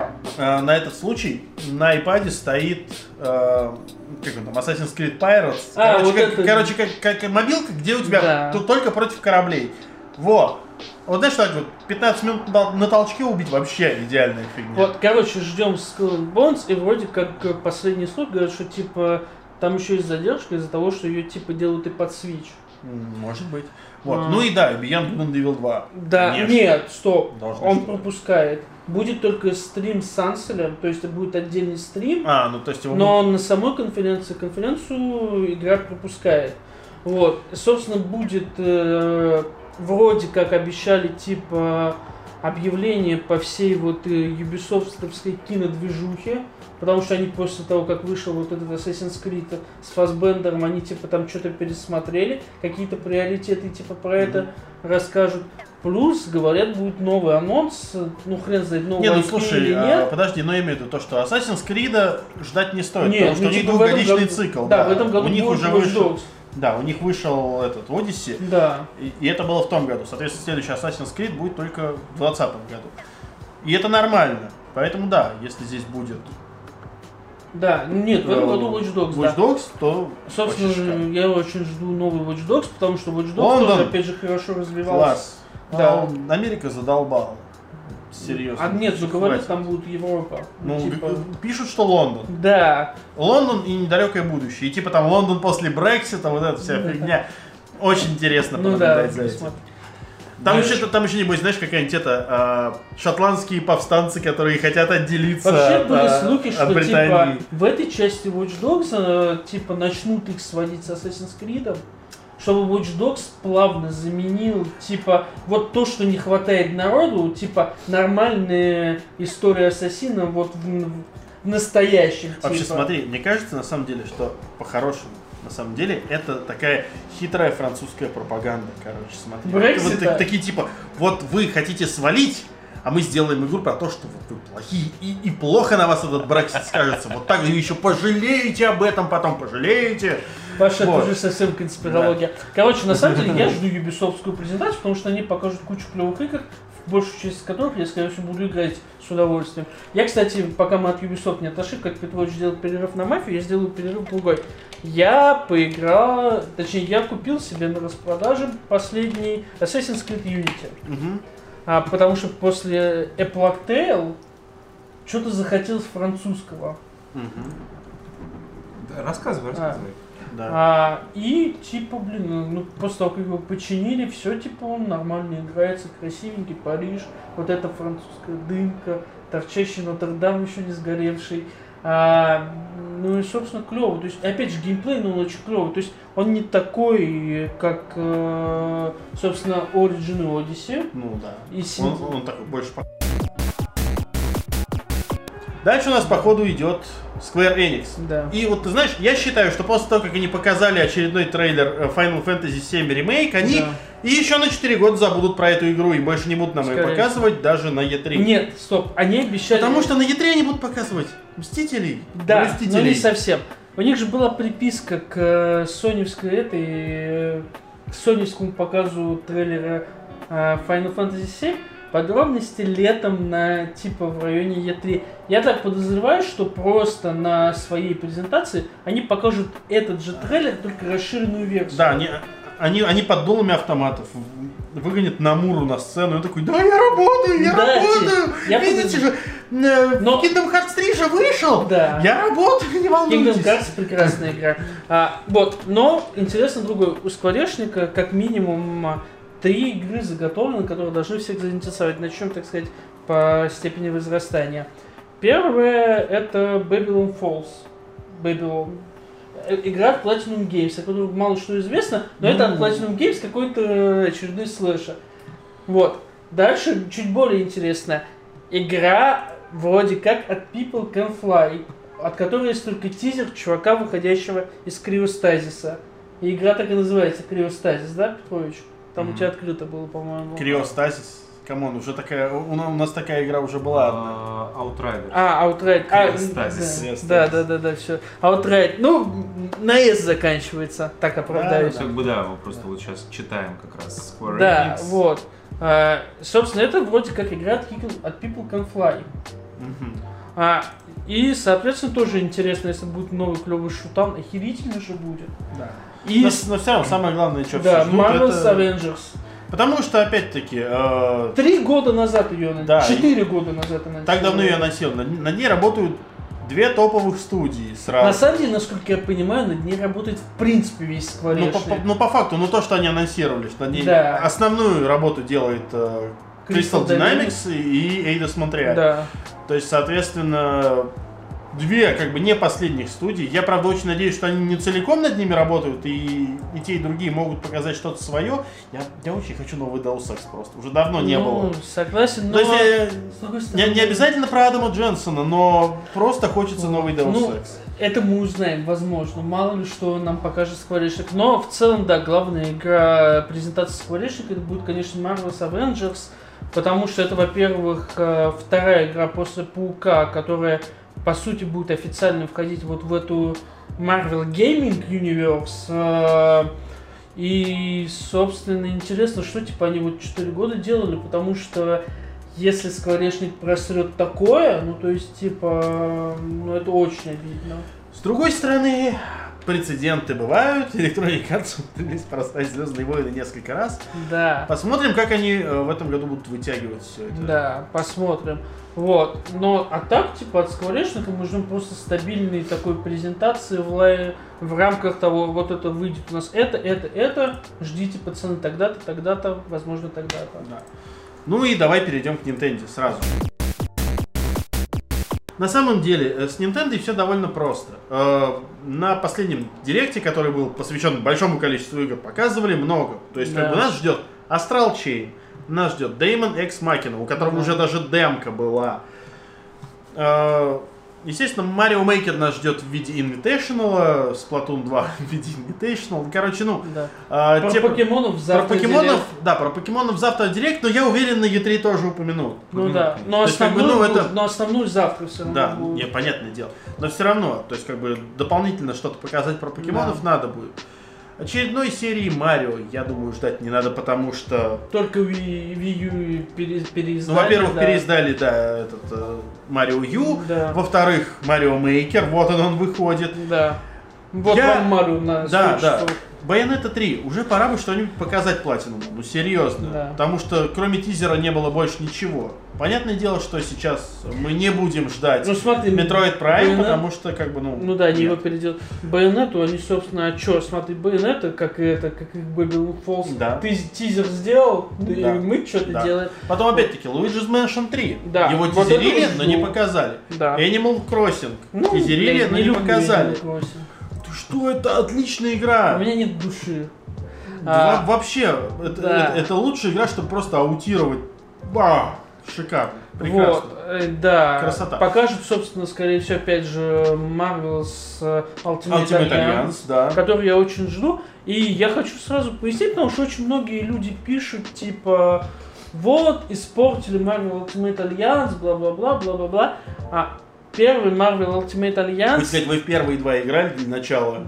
э, на этот случай на iPad стоит э, как он там, Assassin's Creed Pirates. А, короче, вот как, это- короче как, как мобилка, где у тебя Да. тут только против кораблей. Вот. Вот знаешь, так вот, пятнадцать минут на, на толчке убить вообще идеальная фигня. Вот, короче, ждем Skull and Bones, и вроде как э, последний слух говорят, что типа там еще есть задержка из-за того, что ее типа делают и под Switch. М, Может быть. Вот. А. Ну и да, Beyond Good and Evil два. Да, Конечно. нет, стоп, Должны он что? пропускает. Будет только стрим с Анселем, то есть это будет отдельный стрим, А, ну то есть его... но на самой конференции конференцию игра пропускает. Вот, собственно, будет э, вроде как обещали типа объявление по всей вот э, юбисофтовской кинодвижухе, потому что они после того, как вышел вот этот Assassin's Creed с Фассбендером, они типа там что-то пересмотрели, какие-то приоритеты типа про это расскажут. Плюс, говорят, будет новый анонс, ну хрен знает, новый Не, ну ай пи слушай, или а, нет. подожди, но я имею в виду то, что Assassin's Creed ждать не стоит, Нет, потому что ну, у них типа, в этом двухгодичный году- цикл. Да, в этом году у них будет уже Watch вышел. Dogs. Да, у них вышел этот Odyssey, Да. и, и это было в том году. Соответственно, следующий Assassin's Creed будет только в двадцатом году. И это нормально. Поэтому да, если здесь будет Да, нет, в этом э, году Watch Dogs, Watch да. Dogs, то Собственно, очень шикарно. я очень жду новый Watch Dogs, потому что Watch Dogs Лондон. тоже, опять же, хорошо развивался. Класс. Да. А, Америка задолбала. Серьезно. А нет, Всё, ну говорят, хватит. там будет Европа. Ну, типа... г- пишут, что Лондон. Да. Лондон и недалекое будущее. И типа там Лондон после Брексита, вот эта вся Да. фигня. Очень интересно Ну да, понаблюдать за этим. посмотри. Там Дальше. еще, там еще, небось, знаешь, какая-нибудь это, а, шотландские повстанцы, которые хотят отделиться Вообще от, были а, слухи, от что типа Британии. в этой части Watch Dogs э, типа начнут их сводить с Assassin's Creed, чтобы Watch Dogs плавно заменил типа вот то, что не хватает народу, типа нормальная история ассасина вот в, в настоящем. Вообще, типа. смотри, мне кажется, на самом деле, что по-хорошему, на самом деле, это такая хитрая французская пропаганда, короче, смотри. Брексита? Вот так- такие типа, вот вы хотите свалить, а мы сделаем игру про то, что вот вы плохие, и, и плохо на вас этот Брексит скажется. Вот так вы еще пожалеете об этом, потом пожалеете. Паша, Вот. это уже совсем конспирология. Короче, на самом деле, я жду юбисофтскую презентацию, потому что они покажут кучу клевых игр, в большую часть из которых я, скорее всего, буду играть с удовольствием. Я, кстати, пока мы от Ubisoft не отошли, как Петрович сделал перерыв на мафию, я сделаю перерыв другой. Я поиграл, точнее, я купил себе на распродаже последний Assassin's Creed Unity. Мгм. А, потому что после A Plague Tale что-то захотелось французского. Мгм. Да, рассказывай, рассказывай. Да. А, и типа, блин, ну, ну, после того, как его починили, все типа он нормально играется, красивенький Париж, вот эта французская дымка, торчащий Нотр-Дам еще не сгоревший. А, ну и, собственно, клево. То есть, опять же, геймплей, но он очень клевый. То есть, он не такой, как, э, собственно, Origin и Odyssey. Ну да. И Он, Синди- он такой больше по- Дальше у нас, походу, идет Square Enix. Да. И вот ты знаешь, я считаю, что после того, как они показали очередной трейлер э, Final Fantasy семь ремейк, они Да. и еще на четыре года забудут про эту игру и больше не будут нам ее Скорее показывать даже на и три. Нет, стоп, они обещали... Потому что на и три они будут показывать Мстителей. Да, но Мстителей. не совсем. У них же была приписка к э, соневской этой, э, к соневскому показу трейлера э, Final Fantasy семь. Подробности летом на типа в районе и три. Я так подозреваю, что просто на своей презентации они покажут этот же трейлер, только расширенную версию. Да, они, они, они под дулами автоматов выгонят Намуру на сцену, и он такой, да, я работаю, я да, работаю, я видите подожду. же, э, Но... Kingdom Hearts три же вышел, да. я работаю, не волнуйтесь. Kingdom Hearts прекрасная игра. А, вот, но интересно другое, у Скворечника как минимум три игры заготовлены, которые должны всех заинтересовать. Начнем, так сказать, по степени возрастания. Первое это Babylon Falls. Babylon. Игра от Platinum Games, о которой мало что известно, но mm-hmm. это от Platinum Games какой-то очередной слэшер. Вот. Дальше чуть более интересно. Игра вроде как от People Can Fly, от которой есть только тизер чувака, выходящего из криостазиса. И игра так и называется Криостазис, да, Петрович? Там mm-hmm. у тебя открыто было, по-моему. Криостазис? Камон, уже такая, у нас такая игра уже была одна. Outrider. А, Outrider. А, Криостазис. Да, да, да, да, все. Outrider. Ну, на S заканчивается, так оправдаюсь. Да, как бы да, мы просто вот сейчас читаем как раз Square Enix. Да, вот. А, собственно, это вроде как игра от, от People Can Fly. Mm-hmm. А, и, соответственно, тоже интересно, если будет новый клевый шутан, охерительно же будет. Да. И... Но, но все равно самое главное, что да, все ждут, Marvel's это... Avengers. Потому что, опять-таки... Э... Три года назад ее анонсировали. Да, Четыре года назад анонсировали. Так давно ее анонсировали. На, на ней работают две топовых студии сразу. На самом деле, насколько я понимаю, над ней работает в принципе весь Скворечник. Ну, по, по, ну, по факту, ну то, что они анонсировали, что над ней да. основную работу делает э, Crystal, Crystal Dynamics, Dynamics и Eidos Montreal. Да. То есть, соответственно... Две, как бы, не последних студий. Я, правда, очень надеюсь, что они не целиком над ними работают, и, и те, и другие могут показать что-то свое. Я, я очень хочу новый Deus Ex просто. Уже давно не ну, было. Согласен, но... То есть, стороны... не, не обязательно про Адама Дженсона, но просто хочется ну, новый Deus ну, Ex. Это мы узнаем, возможно. Мало ли что нам покажет Скворечник. Но в целом, да, главная игра презентации Скворечника, это будет, конечно, Marvel's Avengers. Потому что это, во-первых, вторая игра после Паука, которая... по сути, будет официально входить вот в эту Marvel Gaming Universe. И, собственно, интересно, что типа они вот четыре года делали, потому что если Скворечник просрет такое, ну то есть, типа, ну это очень обидно. С другой стороны, прецеденты бывают. Electronic Arts пытались просрать Звездные войны несколько раз. Да. Посмотрим, как они в этом году будут вытягивать все это. Да, посмотрим. Вот. Но, а так, типа, от Скворечника мы ждем просто стабильной такой презентации в, лай... в рамках того, вот это выйдет у нас это, это, это, ждите, пацаны, тогда-то, тогда-то, возможно, тогда-то. Да. Ну и давай перейдем к Nintendo сразу. На самом деле, с Nintendo все довольно просто. На последнем директе, который был посвящен большому количеству игр, показывали много. То есть, да. как бы нас ждет Astral Chain, нас ждет Daemon X Machina, у которого да. уже даже демка была. Естественно, Mario Maker нас ждет в виде Invitational, Splatoon два в виде Invitational. Короче, ну... Да. А, про те, покемонов завтра про покемонов, директ. Да, про покемонов завтра директ, но я уверен, на и три тоже упомянут. Ну mm-hmm. да, но основную, как бы, ну, это... но основную завтра все равно Да, будет. Не, понятное дело. Но все равно, то есть как бы дополнительно что-то показать про покемонов да. надо будет. Очередной серии Марио, я думаю, ждать не надо, потому что... Только Wii, Wii U пере, переиздали. Ну, во-первых, да. переиздали, да, этот э, Марио Ю. Да. Во-вторых, Марио Мейкер, вот он, он выходит. Да. Вот я... вам Марио на Да, Switch, да. что... Bayonetta три, уже пора бы что-нибудь показать Platinum, ну серьезно. Да. Потому что кроме тизера не было больше ничего. Понятное дело, что сейчас мы не будем ждать ну, смотри, Metroid Prime, Bayonetta... потому что как бы, ну... Ну да, они его переделают. Bayonetta, они, собственно, а чё, смотри, Bayonetta, как и это, как и Babylon Falls, да. ты тизер сделал, да. и мы что-то да. делаем. Потом, опять-таки, Luigi's Mansion три. Да. Его вот тизерили, но не показали. Да. Animal Crossing. Ну, тизерили, но не, не показали. Что это? Отличная игра! У меня нет души. Да, а, вообще, это, да. это, это лучшая игра, чтобы просто аутировать. Ба, шикарно, прекрасно. Вот, да. Красота. Покажут, собственно, скорее всего, опять же, Marvel's Ultimate, Ultimate Alliance, Alliance, да. который я очень жду. И я хочу сразу пояснить, потому что очень многие люди пишут, типа, вот, испортили Marvel Ultimate Alliance, бла-бла-бла, бла-бла-бла. А первый Marvel Ultimate Alliance... Вы, сказать, вы в первые два играли для начала? Да.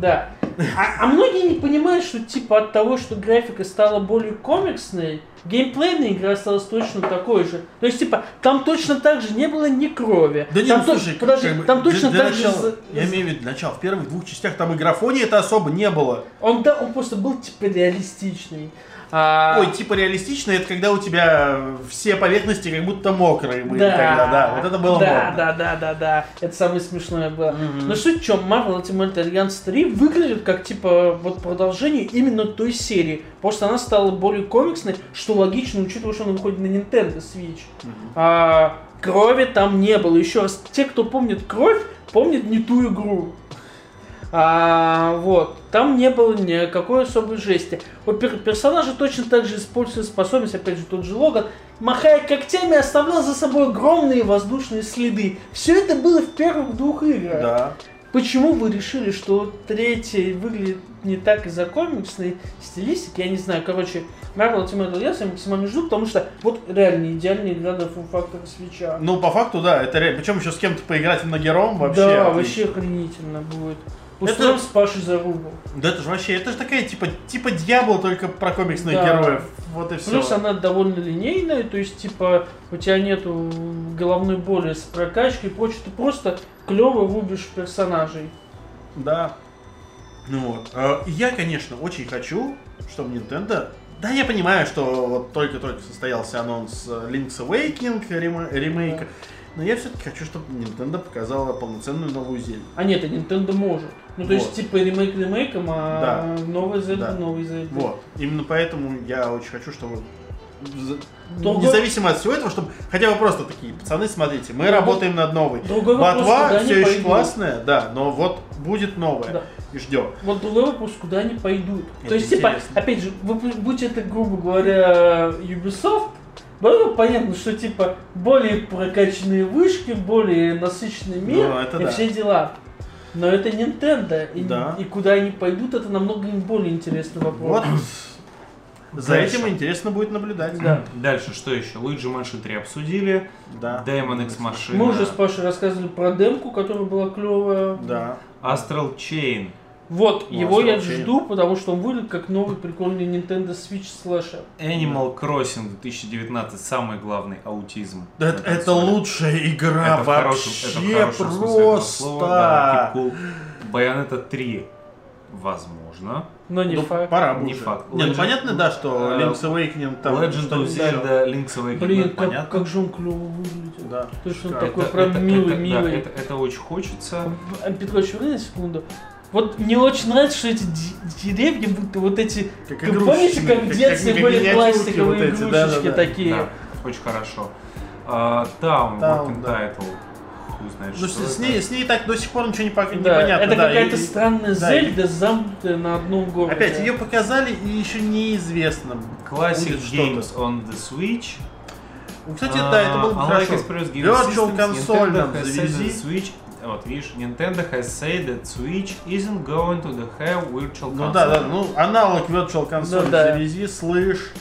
А, а многие не понимают, что типа от того, что графика стала более комиксной, геймплейная игра осталась точно такой же. То есть, типа, там точно так же не было ни крови. Да там нет, то, слушай, подожди, как бы, там точно для, для так начала, же... я имею в виду для начала, в первых двух частях там и графонии это особо не было. Он, да, он просто был, типа, реалистичный. А... Ой, типа реалистично, это когда у тебя все поверхности как будто мокрые были да, тогда, да, вот это было да, модно. Да, да, да, да, это самое смешное было. Mm-hmm. Но суть в чем, Marvel Ultimate Alliance три выглядит как, типа, вот продолжение именно той серии. Просто она стала более комиксной, что логично, учитывая, что она выходит на Nintendo Switch. Mm-hmm. А, крови там не было. Еще раз, те, кто помнит кровь, помнят не ту игру. А, вот. Там не было никакой особой жести. Вот пер- персонажи точно так же используют способность, опять же, тот же Логан, махая когтями, оставлял за собой огромные воздушные следы. Все это было в первых двух играх. Да. Почему вы решили, что третий выглядит не так из-за комиксной стилистики? Я не знаю. Короче, Marvel Ultimate Alliance я максимально жду, потому что вот реально идеальная игра для Full Factor Switch. Ну, по факту, да, это реально. Причем еще с кем-то поиграть на Гером вообще. Да, отлично. вообще охренительно будет. Устроим Это... с Пашей Зарубу. Да это же вообще, это же такая типа, типа Диабло, только про комиксных Да. героев. Вот и все. Плюс она довольно линейная, то есть, типа, у тебя нету головной боли с прокачкой и прочее, ты просто клево рубишь персонажей. Да. Ну вот. Э, Я, конечно, очень хочу, чтобы Nintendo... Да, я понимаю, что вот только-только состоялся анонс Link's Awakening рема- ремейка, но я все-таки хочу, чтобы Nintendo показала полноценную новую Зельду. А нет, и Nintendo может. Ну, то есть, Вот. типа, ремейк ремейком, а Да. новая Zelda, Да. новый Zelda. Вот. Именно поэтому я очень хочу, чтобы... за- Другой- Независимо от всего этого, чтобы хотя бы просто такие, пацаны, смотрите, мы Другой- работаем над новой. Другой вопрос, Ботва куда они все еще пойдут. классная, да, но вот будет новая. Да. И ждем. Вот другой вопрос, куда они пойдут. Это То есть, типа, интересно. опять же, вы- будь это, грубо говоря, Ubisoft, было бы понятно, что, типа, более прокачанные вышки, более насыщенный мир Ну, это и да. все дела. Но это Nintendo, и, Да. и куда они пойдут, это намного более интересный вопрос. Вот. За Дальше. этим интересно будет наблюдать. Да. Дальше, что еще? Luigi Mansion три обсудили. Да. Demon X Machina. Мы уже с Пашей рассказывали про демку, которая была клевая. Да. Astral Chain. Вот, Ну, его я вообще. жду, потому что он выглядит как новый прикольный Nintendo Switch слэшер. Animal Crossing две тысячи девятнадцать. Самый главный аутизм. Да, на это, консоли. это лучшая игра Это в вообще хорошем- это в хорошем смысле этого просто. слова, да, keep cool. Bayonetta три. Возможно. Но не Ну, факт. пора бы Не уже. факт. Не, ну Legend- понятно, да, что э, Link's Awakening там Legend of что-нибудь еще. Zelda Link's Awakening. Блин, ну, как, понятно. как же он клево выглядит. Да. То есть он шикарно. такой Это- прям это- милый, это- да, милый. это, это очень хочется. А, Петрович, верни на секунду. Вот мне очень нравится, что эти ди- деревья, будто вот эти... Как Вы игрушечные, помните, как в как- детстве как были миниатюрки пластиковые вот эти, игрушечки да-да-да. такие? Да, очень хорошо. А, Town, Town, Working да. Title. Хуй знает, Ну, что с, с это. ней, с ней так до сих пор ничего не, пок- Да, непонятно. это да, какая-то и- странная да, Зельда, замкнутая на одном городе. Опять, ее показали и еще неизвестно. Classic будет что-то. Games on the Switch. Ну, кстати, да, это было бы Uh, хорошо. Unlike Express Game Virtual Systems, консоль Nintendo нам has said завези. that Switch, вот видишь, Nintendo has said that Switch isn't going to the have virtual Ну console. да, да, ну аналог Virtual консоль Ну да. завези, слышь.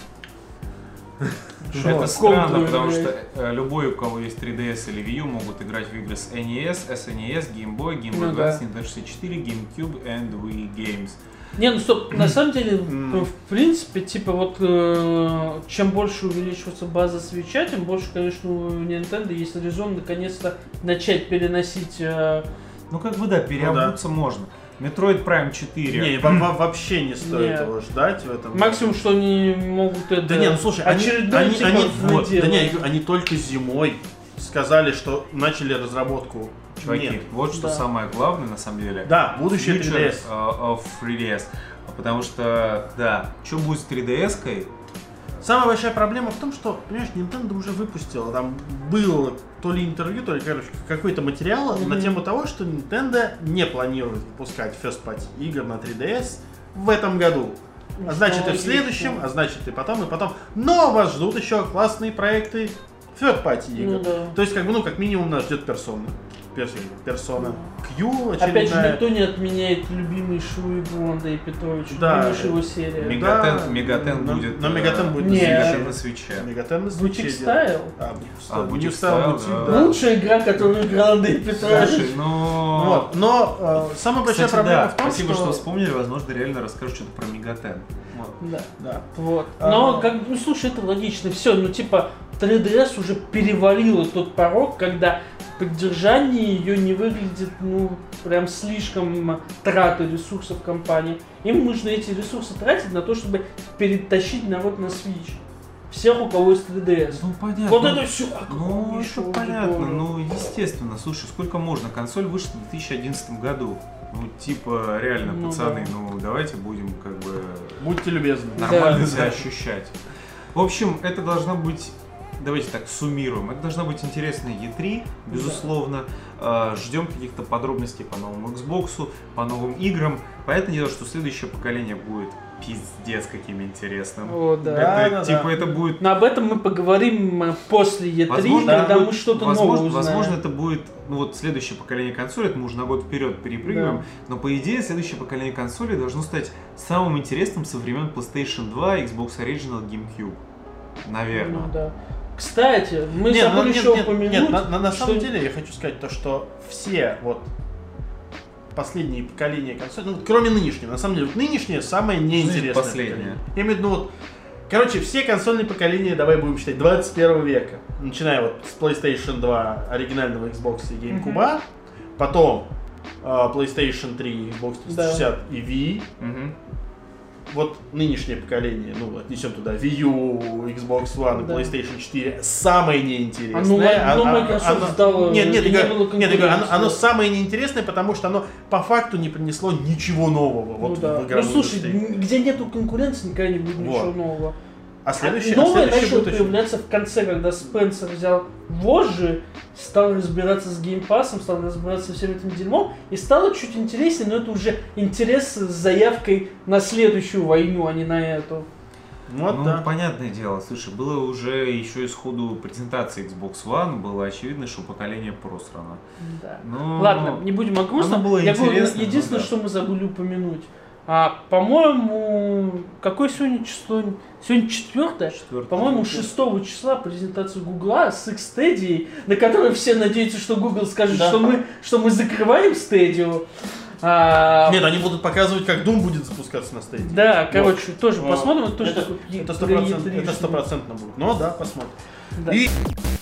Это Шо? странно, Комнату потому играть. что э, любой, у кого есть три ди эс или Wii U, могут играть в игры с эн и эс, эс эн и эс, Game Boy, Game Boy Ну Advance, да. Nintendo шестьдесят четыре, GameCube and Wii Games. Не, ну стоп, на самом деле, М. ну, в принципе, типа вот, э, чем больше увеличивается база свитча, тем больше, конечно, у Nintendo есть резон наконец-то начать переносить... э, Ну как бы да, переобуться можно. Metroid Prime четыре. Не, во- во- вообще не стоит Нет. его ждать в этом. максимум, что они могут это... Да не, ну слушай, они, очередной, они, типа, они, наделать. вот, да не, я говорю, они только зимой сказали, что начали разработку. Чуваки, Нет. вот что Да. самое главное на самом деле. Да, будущее три ди Future эс. uh, of три ди эс. Потому что, да, что будет с три ди эс-кой? Самая большая проблема в том, что, понимаешь, Nintendo уже выпустила, там было то ли интервью, то ли, короче, какой-то материал Мгм. на тему того, что Nintendo не планирует выпускать first party игр на три ди эс в этом году. А значит и в следующем, а значит и потом, и потом. Но вас ждут еще классные проекты third party игр. Ну да. То есть, как бы, ну, как минимум нас ждет персона. Persona Q очередная. Опять же, никто не отменяет любимейшую игру Андрея Петровича, Да. любимейшую его серию. Мегатен, Да, Мегатен но- будет. но э, Мегатен будет на Свитче. Мегатен на свитче. Мегатен на Бутик Switch Стайл? А, А, Бутик Бутик Стайл, Стайл, Бутик, да. да. Лучшая игра, которую играл Андрей Петрович. Слушай, ну... Вот. Но э, самая большая Кстати, проблема да, в том, спасибо, что... что вспомнили, возможно, реально расскажу что-то про Мегатен. Вот, Да. да. Вот. А, Но, ну. как, ну слушай, это логично. Все, ну типа три ди эс уже перевалило тот порог, когда поддержание ее не выглядит, ну, прям слишком траты ресурсов компании. Им нужно эти ресурсы тратить на то, чтобы перетащить народ на Switch. Всех, у кого есть три ди эс. Ну, понятно. Вот это все. Ну, это понятно, ну, естественно. Слушай, сколько можно? Консоль вышла в две тысячи одиннадцатом году. Ну, типа, реально, Ну, пацаны, да. ну, давайте будем, как бы, Будьте любезны. нормально Да. себя ощущать. В общем, это должно быть, давайте так, суммируем, это должна быть интересная и три, безусловно. Э, Ждем каких-то подробностей по новому Xbox, по новым играм. Понятное дело, что следующее поколение будет пиздец каким интересным. О, да. Это, Да, да, типа, да. это будет... Но об этом мы поговорим э, после и три, Возможно, когда это мы будет- что-то возможно, новое узнаем. возможно, это будет, ну вот следующее поколение консолей, это мы уже на год вперед перепрыгиваем, Да. но по идее следующее поколение консолей должно стать самым интересным со времен PlayStation два, Xbox Original, GameCube. Наверное. Ну, да. Кстати, мы Нет, забыли ну, еще нет, нет, упомянуть, нет, на, на- на что- самом деле я хочу сказать то, что все вот последние поколения консолей, ну, кроме нынешнего, на самом деле, вот нынешнее самое неинтересное. последнее? поколение. Я имею в виду, ну, вот, короче, все консольные поколения, давай будем считать, двадцать первого века. Начиная вот с PlayStation два, оригинального Xbox и GameCube, потом э, PlayStation три, Xbox триста шестьдесят и Wii. Мгм. Вот нынешнее поколение, ну, отнесем туда Wii U, Xbox One и Да. PlayStation четыре, самое неинтересное. А ну, А- ну, а- Microsoft оно- сдала, Нет, нет, и я не говорю, было нет, я говорю, оно, конкуренции. оно самое неинтересное, потому что оно по факту не принесло ничего нового вот Ну, в да. Ну игровую слушай, индустрию. н- где нету конкуренции, никогда не будет Вот. ничего нового. А следующее, а Новое следующее начало будет очень- появляться в конце, когда Спенсер взял вожжи, стал разбираться с геймпасом, стал разбираться со всем этим дерьмом, и стало чуть интереснее, но это уже интерес с заявкой на следующую войну, а не на эту. Вот, Ну, да. понятное дело. Слушай, было уже еще из ходу презентации Xbox One, было очевидно, что поколение просрано. Да. Ну, Ладно, не будем о грустном. оно было Я говорю, интересно, единственное, ну да. что мы забыли упомянуть. А, по-моему, какое сегодня число? Сегодня четвертое? Четвёртое. По-моему, шестого числа презентация Гугла с X-Stadia, на которой все надеются, что Google скажет, Да. что, мы, что мы закрываем Stadia. А, Нет, они будут показывать, как Doom будет запускаться на стейде. Да, короче, тоже Вот. посмотрим. Это тоже Это- такой е- Это стопроцентно е- это стопроцентно будет. Ну да, посмотрим. Да. И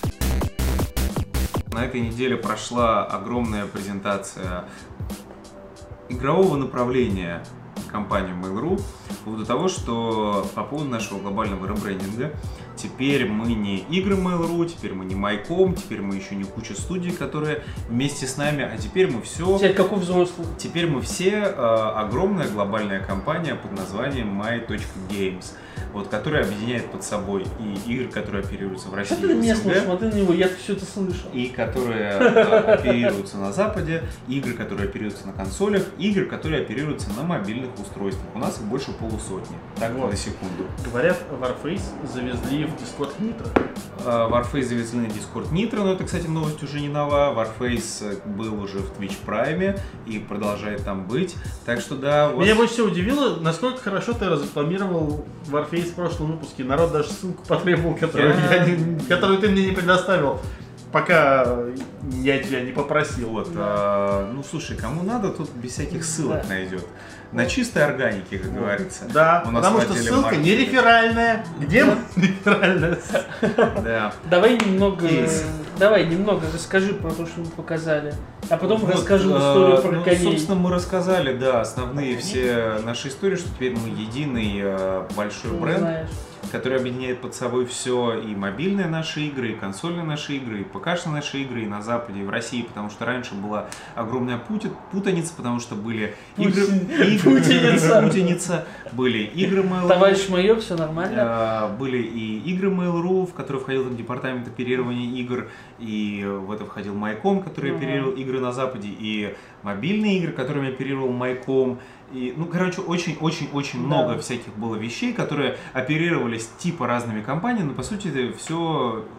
На этой неделе прошла огромная презентация игрового направления компании Mail.ru по поводу того, что по поводу нашего глобального ребрендинга теперь мы не игры Mail.ru, теперь мы не Майком, теперь мы еще не куча студий, которые вместе с нами, а теперь мы все... Теперь как у взрослых. Теперь мы все э, огромная глобальная компания под названием my.games, вот, которая объединяет под собой и игры, которые оперируются в России Что ты на и меня в смотришь? СНГ, Смотри на него, я все это слышал. и которые э, оперируются на Западе, игры, которые оперируются на консолях, игры, которые оперируются на мобильных устройствах. У нас их больше полусотни. Так, Вот. на секунду. говорят, Warface завезли в Discord Nitro. Э, Warface завезли на Discord Nitro, но это, кстати, новость уже не нова. Warface э, был уже в Twitch Prime и продолжает там быть. Так что да, вот... Меня больше всего удивило, насколько хорошо ты разрекламировал Warface в прошлом выпуске. Народ даже ссылку потребовал, которую, Я- я не- которую ты мне не предоставил, пока я тебя не попросил. Вот, а, ну слушай, кому надо, тут без всяких ссылок Да. найдет. На чистой органике, как говорится. Да, У нас потому в что отделе ссылка не маркетинга. реферальная. Где реферальная? Да. Давай немного, Кейс. давай немного расскажи про то, что мы показали, а потом Вот, расскажем а, историю про ну, коней. собственно, мы рассказали, да, основные все наши истории, что теперь мы единый а, большой Ну, бренд, знаешь. который объединяет под собой все, и мобильные наши игры, и консольные наши игры, и ПК-шные наши игры, и на Западе, и в России, потому что раньше была огромная пути- путаница, потому что были игры... Путин- игры- путаница. путаница, были игры Mail.ru, Товарищ майор, все нормально. а, были и игры Mail.ru, в которые входил там департамент оперирования игр, и в это входил Майком, который Ага. оперировал игры на Западе, и мобильные игры, которыми оперировал Майком. И, ну, короче, очень-очень-очень Да. много всяких было вещей, которые оперировались типа разными компаниями, но по сути это все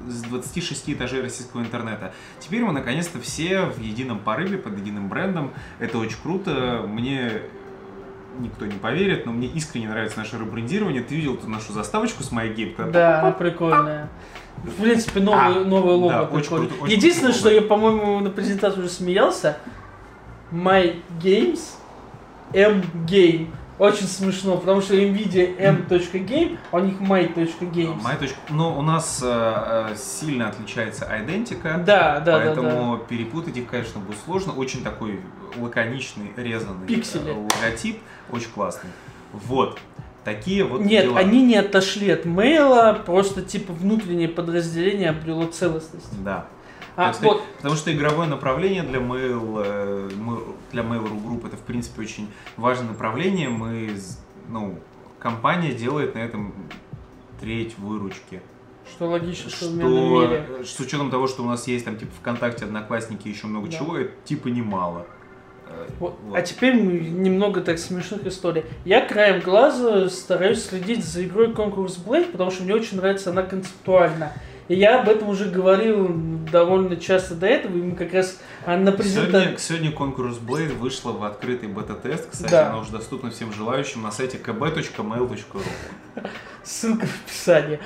с двадцати шести этажей российского интернета. Теперь мы наконец-то все в едином порыве, под единым брендом. Это очень круто. Мне никто не поверит, но мне искренне нравится наше ребрендирование. Ты видел эту нашу заставочку с MyGame? Да, она прикольная. В принципе, новый, а, новый лого да, прикольный. Очень очень Единственное, круто, что я, по-моему, на презентации уже смеялся, MyGames M-Game. Очень смешно, потому что NVIDIA M.Game, а у них My.Games. My. Но у нас э, сильно отличается идентика, да, да, поэтому да, да. перепутать их, конечно, будет сложно. Очень такой лаконичный, резанный Пиксели. логотип, очень классный. Вот. Такие вот Нет, дела. они не отошли от мейла, просто типа внутреннее подразделение обрело целостность. Да. А, потому, вот. что, потому что игровое направление для Mail, для Mail.ru Group это в принципе очень важное направление. Мы, ну, компания делает на этом треть выручки. Что логично, что, что в мирном мире. С учетом того, что у нас есть там типа ВКонтакте, Одноклассники, еще много да. чего, это типа немало. Вот. Вот. А теперь немного так смешных историй. Я краем глаза стараюсь следить за игрой Conqueror's Blade, потому что мне очень нравится она концептуально. И я об этом уже говорил довольно часто до этого, и мы как раз на презентации... Сегодня, сегодня Conqueror's Blade вышла в открытый бета-тест, кстати, да. она уже доступна всем желающим на сайте кей би точка мейл точка ру. Ссылка в описании.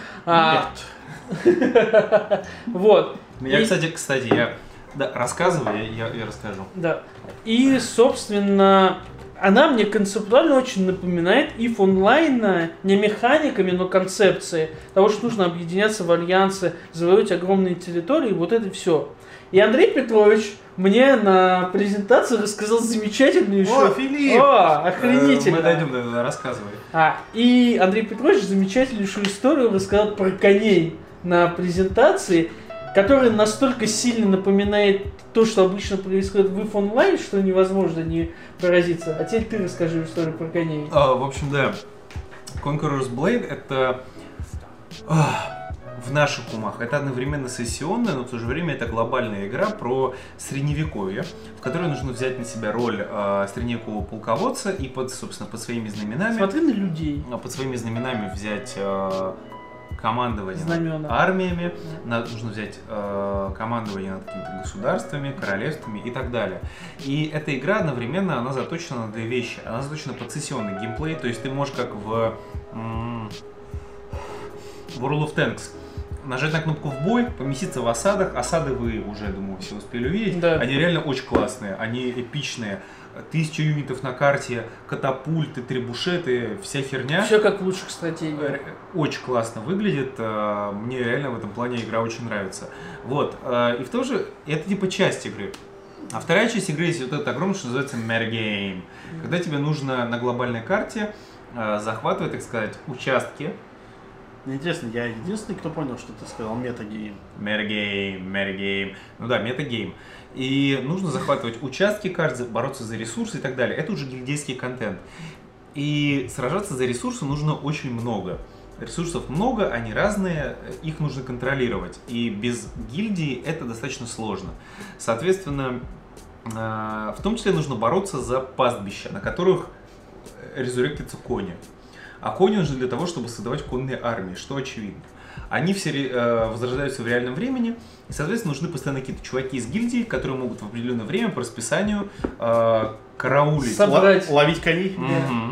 Нет. Вот. Меня, кстати, кстати, я... Да, рассказывай, я, я, я расскажу. Да. И, собственно... Она мне концептуально очень напоминает if онлайн, не механиками, но концепцией того, что нужно объединяться в альянсы, завоевать огромные территории, вот это все. И Андрей Петрович мне на презентации рассказал замечательную еще... О, Филипп! О, охренительно! Мы дойдем до этого, рассказывай. А, и Андрей Петрович замечательнейшую историю рассказал про коней на презентации, который настолько сильно напоминает то, что обычно происходит в if онлайн, что невозможно не поразиться. А теперь ты расскажи историю про коней. А, в общем, да. Conqueror's Blade это а, в наших умах это одновременно сессионная, но в то же время это глобальная игра про средневековье, в которой нужно взять на себя роль а, средневекового полководца и под, собственно, под своими знаменами. Смотри на людей. Под своими знаменами взять а, командование Знамена. над армиями, на, нужно взять э, командование над какими-то государствами, королевствами и так далее. И эта игра одновременно, она заточена на две вещи. Она заточена под сессионный геймплей, то есть ты можешь как в м- World of Tanks нажать на кнопку в бой, поместиться в осадах. Осады вы уже, я думаю, все успели увидеть. Да. Они реально очень классные, они эпичные. Тысяча юнитов на карте, катапульты, требушеты, вся херня. Все как в лучших стратегиях. Очень классно выглядит. Мне реально в этом плане игра очень нравится. Вот. И в то же, это типа часть игры. А вторая часть игры есть вот это огромное, что называется metagame. Когда тебе нужно на глобальной карте захватывать, так сказать, участки. Интересно, я единственный, кто понял, что ты сказал метагейм. Metagame, metagame. Ну да, метагейм. И нужно захватывать участки карты, бороться за ресурсы и так далее. Это уже гильдейский контент. И сражаться за ресурсы нужно очень много. Ресурсов много, они разные, их нужно контролировать. И без гильдии это достаточно сложно. Соответственно, в том числе нужно бороться за пастбища, на которых резуректятся кони. А кони нужны для того, чтобы создавать конные армии, что очевидно. Они все э, возрождаются в реальном времени, и, соответственно, нужны постоянно какие-то чуваки из гильдии, которые могут в определенное время по расписанию э, караулить. Собрать. Л- ловить коней. Mm-hmm.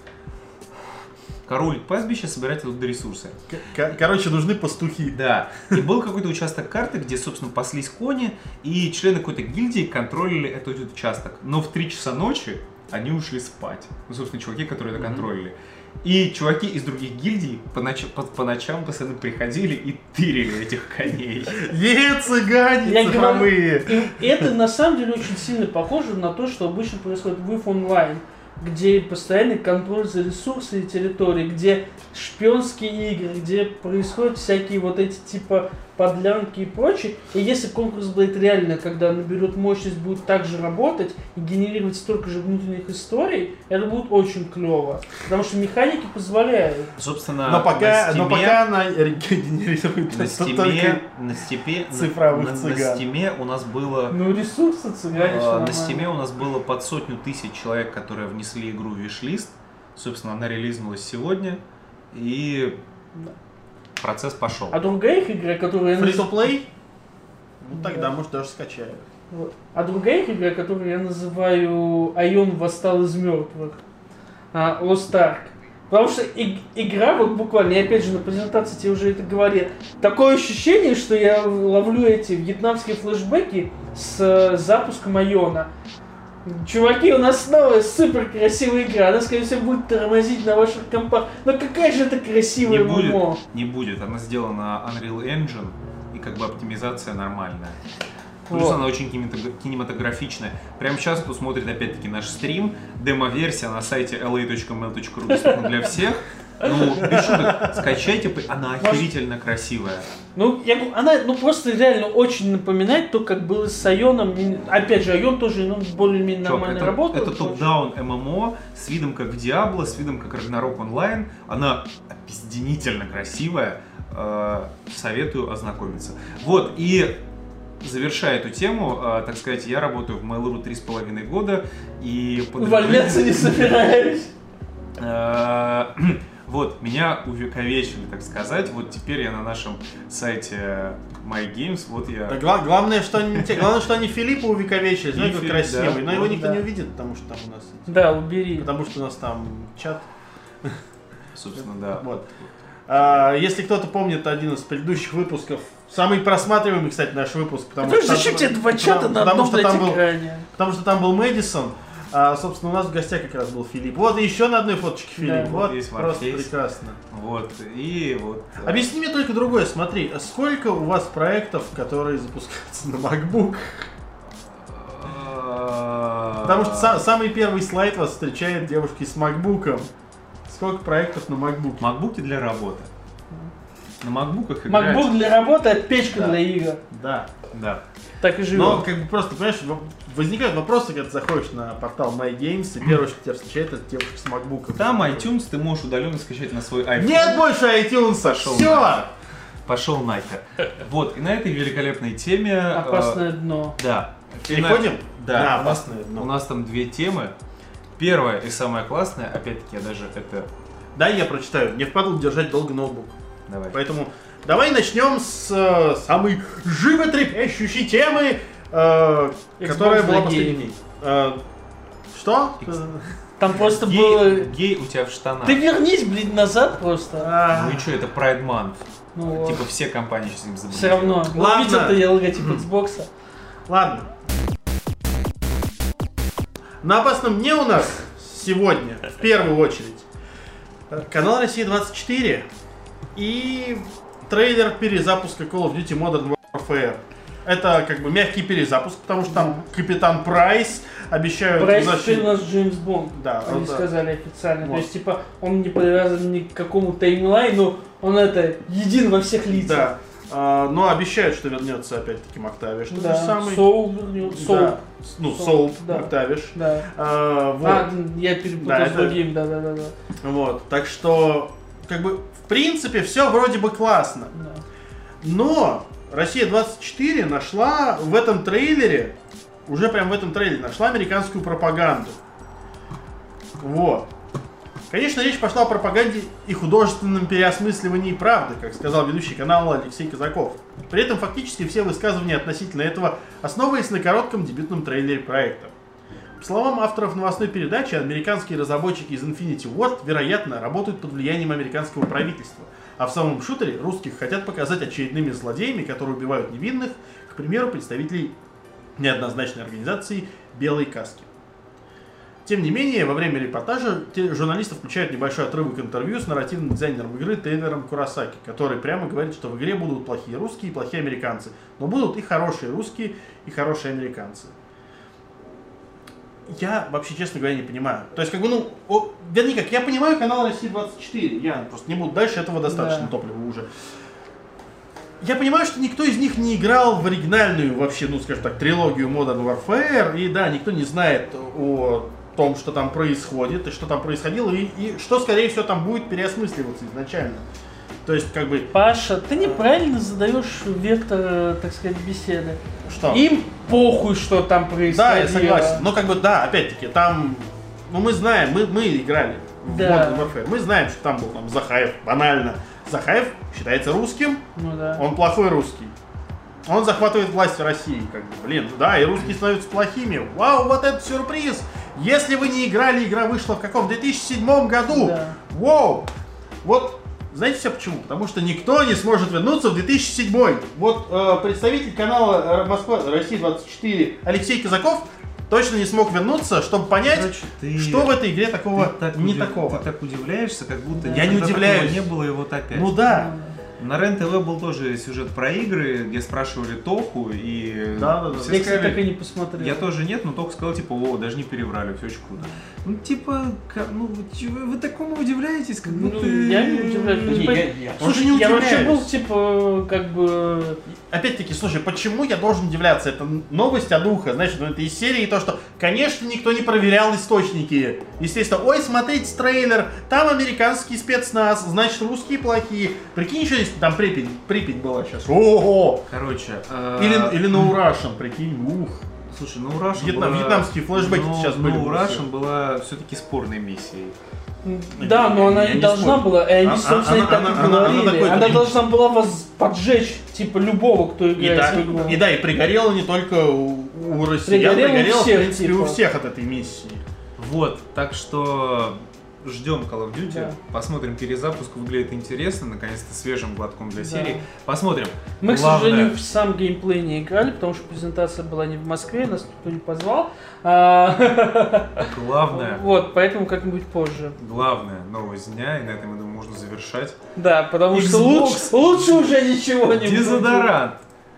Караулить пастбище, собирать оттуда ресурсы. К- короче, нужны пастухи. Да. И был какой-то участок карты, где, собственно, паслись кони, и члены какой-то гильдии контролили этот участок. Но в три часа ночи они ушли спать. Ну, собственно, чуваки, которые это контролили. И чуваки из других гильдий по, ноч... по, по ночам постоянно приходили и тырили этих коней. Е, цыгане Я цифровые! говорю, и это на самом деле очень сильно похоже на то, что обычно происходит в if онлайн, где постоянный контроль за ресурсы и территории, где шпионские игры, где происходят всякие вот эти типа подлянки и прочее. И если Conqueror's Blade реально, когда наберет мощность, будет так же работать и генерировать столько же внутренних историй, это будет очень клево. Потому что механики позволяют. Собственно, но пока, на Steam, но пока она генерирует на Steam, Steam, на Steam, цифровых на, цыган. на Steam у нас было... Ну, ресурсы цыгане, э, на Steam у нас было под сотню тысяч человек, которые внесли игру в виш-лист. Собственно, она релизнулась сегодня. И... процесс пошел. А другая их игра, которую я называю... Free-to-play? Ну Да. тогда, может, даже скачаю. Вот. А другая их игра, которую я называю Айон восстал из мертвых. А, Lost Ark. Потому что и- игра, вот буквально, я опять же на презентации тебе уже это говорил, такое ощущение, что я ловлю эти вьетнамские флешбеки с э, запуском Айона. Чуваки, у нас снова супер красивая игра, она, скорее всего, будет тормозить на ваших компах. Но какая же это красивая Не будет, ММО. не будет. Она сделана Unreal Engine, и как бы оптимизация нормальная. Плюс Вот. она очень кинематог- кинематографичная. Прямо сейчас, кто смотрит опять-таки наш стрим, демо-версия на сайте эл эй точка эм эл точка ру доступна для всех. Ну, без шуток, скачайте, она охерительно красивая. Ну, я говорю, она ну, просто реально очень напоминает то, как было с Айоном. Опять же, Айон тоже ну, более-менее Чувак, нормально это, работает. это топ-даун ММО с видом как в Diablo, с видом как Ragnarok Online. Она опизденительно красивая. Э, советую ознакомиться. Вот, и завершая эту тему, э, так сказать, я работаю в Mail.ru три с половиной года. И под- Увольняться не собираюсь. Э, Вот, меня увековечили, так сказать. Вот теперь я на нашем сайте MyGames, вот я... Да, гла- главное, что они, те- главное, что они Филиппа увековечили, знаете, как Филипп, красивый. да, Но его он, никто да. не увидит, потому что там у нас... Да, убери. Потому что у нас там чат. Собственно, да. Вот. А, если кто-то помнит один из предыдущих выпусков, самый просматриваемый, кстати, наш выпуск, потому Потому что... зачем там- тебе два чата потому- на потому одном, что блядь, там был, экране? Потому что там был Мэдисон, а, собственно, у нас в гостях как раз был Филипп. Вот, и еще на одной фоточке Филипп. Да. Вот, Вот есть просто Warface. прекрасно. Вот, и вот... э, Объясни мне только другое, смотри, сколько у вас проектов, которые запускаются на MacBook? Потому что са- самый первый слайд вас встречает девушки с MacBook'ом. Сколько проектов на MacBook? Макбуки для работы. На макбуках играть... MacBook для работы, а печка Да. для игр. Да. Да. Так и живем. Но, как бы, просто, понимаешь, в- возникают вопросы, когда ты заходишь на портал MyGames, и первое, что тебя встречает, это девушка с MacBook'ом. Там iTunes ты можешь удаленно скачать на свой iPhone. Нет больше iTunes! Пошел Все! нахер. Пошел нахер. Вот, и на этой великолепной теме... э, Опасное дно. Да. Переходим? Да. На у нас- опасное дно. У нас там две темы. Первая и самая классная, опять-таки, я даже это... Да, я прочитаю. Не впадло держать долго ноутбук. Давай. Поэтому давай начнем с э, самой животрепещущей темы, э, Xbox которая для была последней. геев. Э, что? X. Там просто Гей, было... гей у тебя в штанах. Ты вернись, блин, назад просто. А, Ну и что, это Pride Month. Ну, Типа все компании сейчас им забыли. все равно. Ладно. Видел-то я логотип Xbox. Ладно. На опасном дне у нас сегодня, в первую очередь, э, канал Россия двадцать четыре и трейлер перезапуска Call of Duty Modern Warfare. Это как бы мягкий перезапуск, потому что там Капитан Прайс обещают... Прайс возвращение- теперь у нас Джеймс Бонд. Да, Они это- сказали официально. Вот. То есть, типа, он не привязан ни к какому таймлайну, он это един во всех лицах. Да. А, но обещают, что вернется опять-таки Мактавиш. Тот Да. же самый. Соул вернется. Соул. Да. С- Ну, Соул, Соул, да. Мактавиш. Да. А, вот. А, я перепутал Да, с это- другим, да-да-да. Вот. Так что, как бы, в принципе, все вроде бы классно. Но Россия двадцать четыре нашла в этом трейлере, уже прям в этом трейлере, нашла американскую пропаганду. Вот. Конечно, речь пошла о пропаганде и художественном переосмысливании правды, как сказал ведущий канала Алексей Казаков. При этом фактически все высказывания относительно этого основывались на коротком дебютном трейлере проекта. По словам авторов новостной передачи, американские разработчики из Infinity Ward, вероятно, работают под влиянием американского правительства. А в самом шутере русских хотят показать очередными злодеями, которые убивают невинных, к примеру, представителей неоднозначной организации «Белой каски». Тем не менее, во время репортажа те- журналисты включают небольшой отрывок интервью с нарративным дизайнером игры Тейлором Куросаки, который прямо говорит, что в игре будут плохие русские и плохие американцы, но будут и хорошие русские, и хорошие американцы. Я вообще, честно говоря, не понимаю. То есть, как бы, ну, о, вернее как, я понимаю канал Россия двадцать четыре, я просто не буду дальше, этого достаточно Да. топлива уже. Я понимаю, что никто из них не играл в оригинальную вообще, ну, скажем так, трилогию Modern Warfare, и да, никто не знает о том, что там происходит, и что там происходило, и, и что, скорее всего, там будет переосмысливаться изначально. То есть, как бы, Паша, ты неправильно задаешь вектор, э, так сказать, беседы. что? Им похуй, что там происходило. Да, я согласен. Но как бы, да, опять-таки, там, ну мы знаем, мы, мы играли в Да. Modern Warfare, мы знаем, что там был там Захаев, банально, Захаев считается русским, Ну да. он плохой русский. Он захватывает власть в России, как бы, блин, да, и русские становятся плохими. Вау, вот это сюрприз! Если вы не играли, игра вышла в каком? две тысячи седьмом году. Да. Вау! Вот, знаете все почему? Потому что никто не сможет вернуться в две тысячи седьмой. Вот э, представитель канала Москва, Россия двадцать четыре Алексей Казаков точно не смог вернуться, чтобы понять, Короче, ты- что в этой игре такого Ты так не удив- такого. Ты так удивляешься, как будто Да. Я не никогда удивляюсь. такого не было, и вот опять. Ну да. На РЕН-ТВ был тоже сюжет про игры, где спрашивали Тоху, и Да, да, да. все Я, кстати, сказали- так и не посмотрел. Я тоже нет, но Тоха сказал, типа, о, даже не переврали, все очень круто. Ну, типа, как- ну, вы, чё- вы такому удивляетесь, как Ну, будто... я не удивляюсь. Не, Типа, я- я тоже Слушай, не я вообще удивляюсь. был, типа, как бы... Опять-таки, слушай, почему я должен удивляться? Это новость от уха, знаешь, ну это из серии то, что, конечно, никто не проверял источники. Естественно, ой, смотрите трейлер, там американский спецназ, значит, русские плохие. Прикинь, еще если там Припять, Припять была сейчас. Ого! Короче, э, Или, или No Russian, прикинь, ух. слушай, ну, Russian Вьетнам- была... вьетнамские флешбеки ну, сейчас были Ну, бы Russian все. была все-таки спорной миссией. Да, но она я и не должна спорю. была, и они, А- собственно, она- и так она- и она- она говорили. такой- Она должна была вас поджечь, типа, любого, кто И играет да, в игру. и да, и пригорело не только у, у россиян, Пригорело у пригорело, всех, в принципе, типа. у всех от этой миссии. Вот, так что ждем Call of Duty, Да. посмотрим перезапуск, выглядит интересно, наконец-то свежим глотком для Да. серии. Посмотрим. Мы, к Главное- сожалению, в сам геймплей не играли, потому что презентация была не в Москве, нас никто не позвал. А, Главное, Вот, поэтому как-нибудь позже. главная новость дня, и на этом, я думаю, можно завершать. Да, потому что Xbox. лучше, лучше уже ничего не будет. Дезодорант.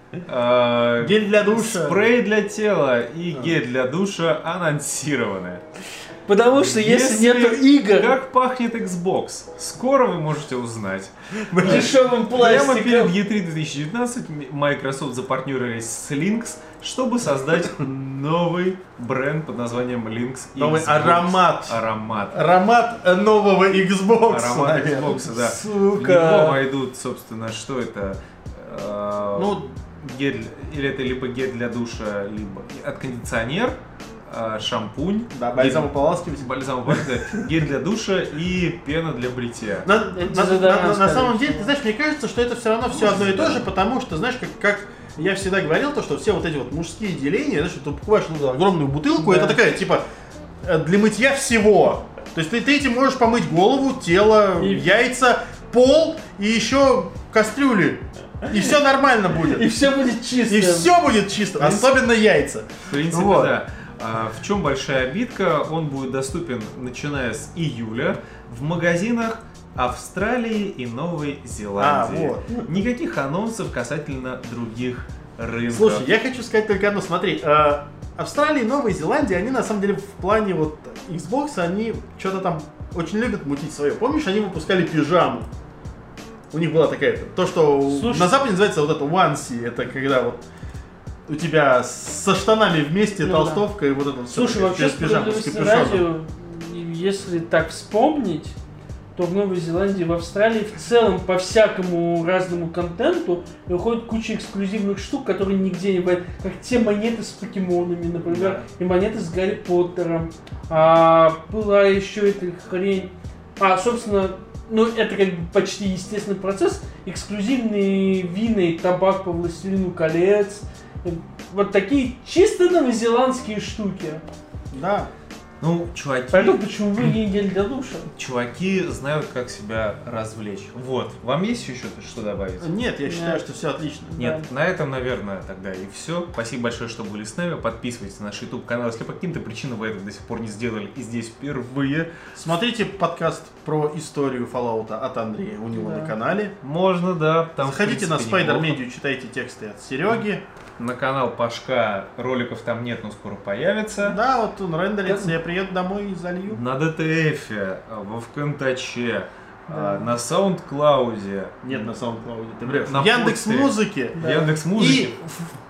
э, Гель для душа. Спрей для тела и гель для душа анонсированы. Потому что если, нету игр Как пахнет Xbox, скоро вы можете узнать. дешевым Прямо перед пластиком, и три две тысячи девятнадцать Microsoft запартнерились с Lynx, чтобы создать новый бренд под названием Lynx Новый Xbox. аромат. Аромат. Аромат э, нового Xbox. Аромат наверное. Xbox, да. В него сука. войдут, собственно, что это? Э, Ну, гель, или это либо гель для душа, либо от кондиционер, э, шампунь, да, бальзам ополаскивать. бальзам ополаскивать, гель для душа и пена для бритья. На, Это на- на- дезодорант, на- на скорее самом всего. деле, ты знаешь, мне кажется, что это все равно все одно и то же, потому что, знаешь, как, как я всегда говорил, то, что все вот эти вот мужские деления, знаешь, что ты покупаешь ну, огромную бутылку, Да. это такая, типа, э, для мытья всего. То есть ты, ты этим можешь помыть голову, тело, И- яйца, пол и еще кастрюли. И все нормально будет. И все будет чисто. И все будет чисто, особенно яйца. В принципе, Вот. да. А в чем большая обидка? Он будет доступен начиная с июля в магазинах Австралии и Новой Зеландии. А, вот. Никаких анонсов касательно других рынков. Слушай, я хочу сказать только одно. Смотри, э, Австралия и Новая Зеландия, они на самом деле в плане вот Xbox, они что-то там очень любят мутить свое. Помнишь, они выпускали пижаму? У них была такая, то, что Слушай. на Западе называется вот это onesie, это когда вот у тебя со штанами вместе Ну толстовка и вот это вот всё Слушай, такое, вообще, без пижамы, с справедливости капюшоном. ради, если так вспомнить, то в Новой Зеландии, в Австралии в целом по всякому разному контенту выходит куча эксклюзивных штук, которые нигде не бывают. Как те монеты с покемонами, например, и монеты с Гарри Поттером. А, была еще эта хрень. А, собственно, ну это как бы почти естественный процесс. Эксклюзивные вина и табак по Властелину колец. Вот такие чисто новозеландские штуки. Да. Ну, чуваки, Поэтому почему вы не гель для душа? чуваки знают, как себя развлечь. Вот. Вам есть еще что добавить? Нет, я считаю, Нет. что все отлично. Нет, на этом, наверное, тогда и все. Спасибо большое, что были с нами. Подписывайтесь на наш YouTube канал, если по каким-то причинам вы это до сих пор не сделали и здесь впервые. Смотрите подкаст про историю Fallout от Андрея у него Да. на канале. Можно, да. Там, в Заходите на принципе, Spider неплохо. Media, читайте тексты от Сереги. На канал Пашка роликов там нет, но скоро появится. Да, вот он рендерится, я приеду домой и залью. На ди ти эф, во Вконтаче, Да. а, на SoundCloud, Нет, на SoundCloud, ты врешь. На В Яндекс Форстере. Музыке в Да. Яндекс.Музыке. и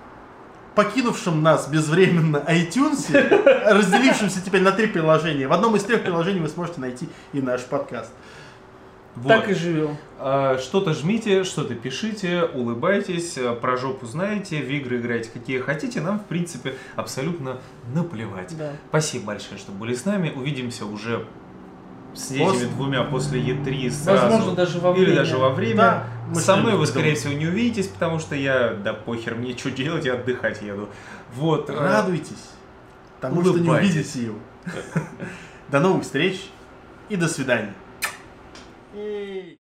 в покинувшем нас безвременно iTunes, разделившемся теперь на три приложения. В одном из трех приложений вы сможете найти и наш подкаст. Вот. Так и живем. А, Что-то жмите, что-то пишите, улыбайтесь, а, про жопу знаете, в игры играйте какие хотите, нам в принципе абсолютно наплевать. Да. Спасибо большое, что были с нами, увидимся уже с этими После- двумя после и три сразу. Возможно, даже во время. Или даже во время. Да, мы Со мной что-нибудь вы, скорее придумаем. всего, не увидитесь, потому что я, да похер, мне что делать, я отдыхать еду. Вот. э, Радуйтесь тому, что не улыбайтесь. увидите его. До новых встреч и до свидания.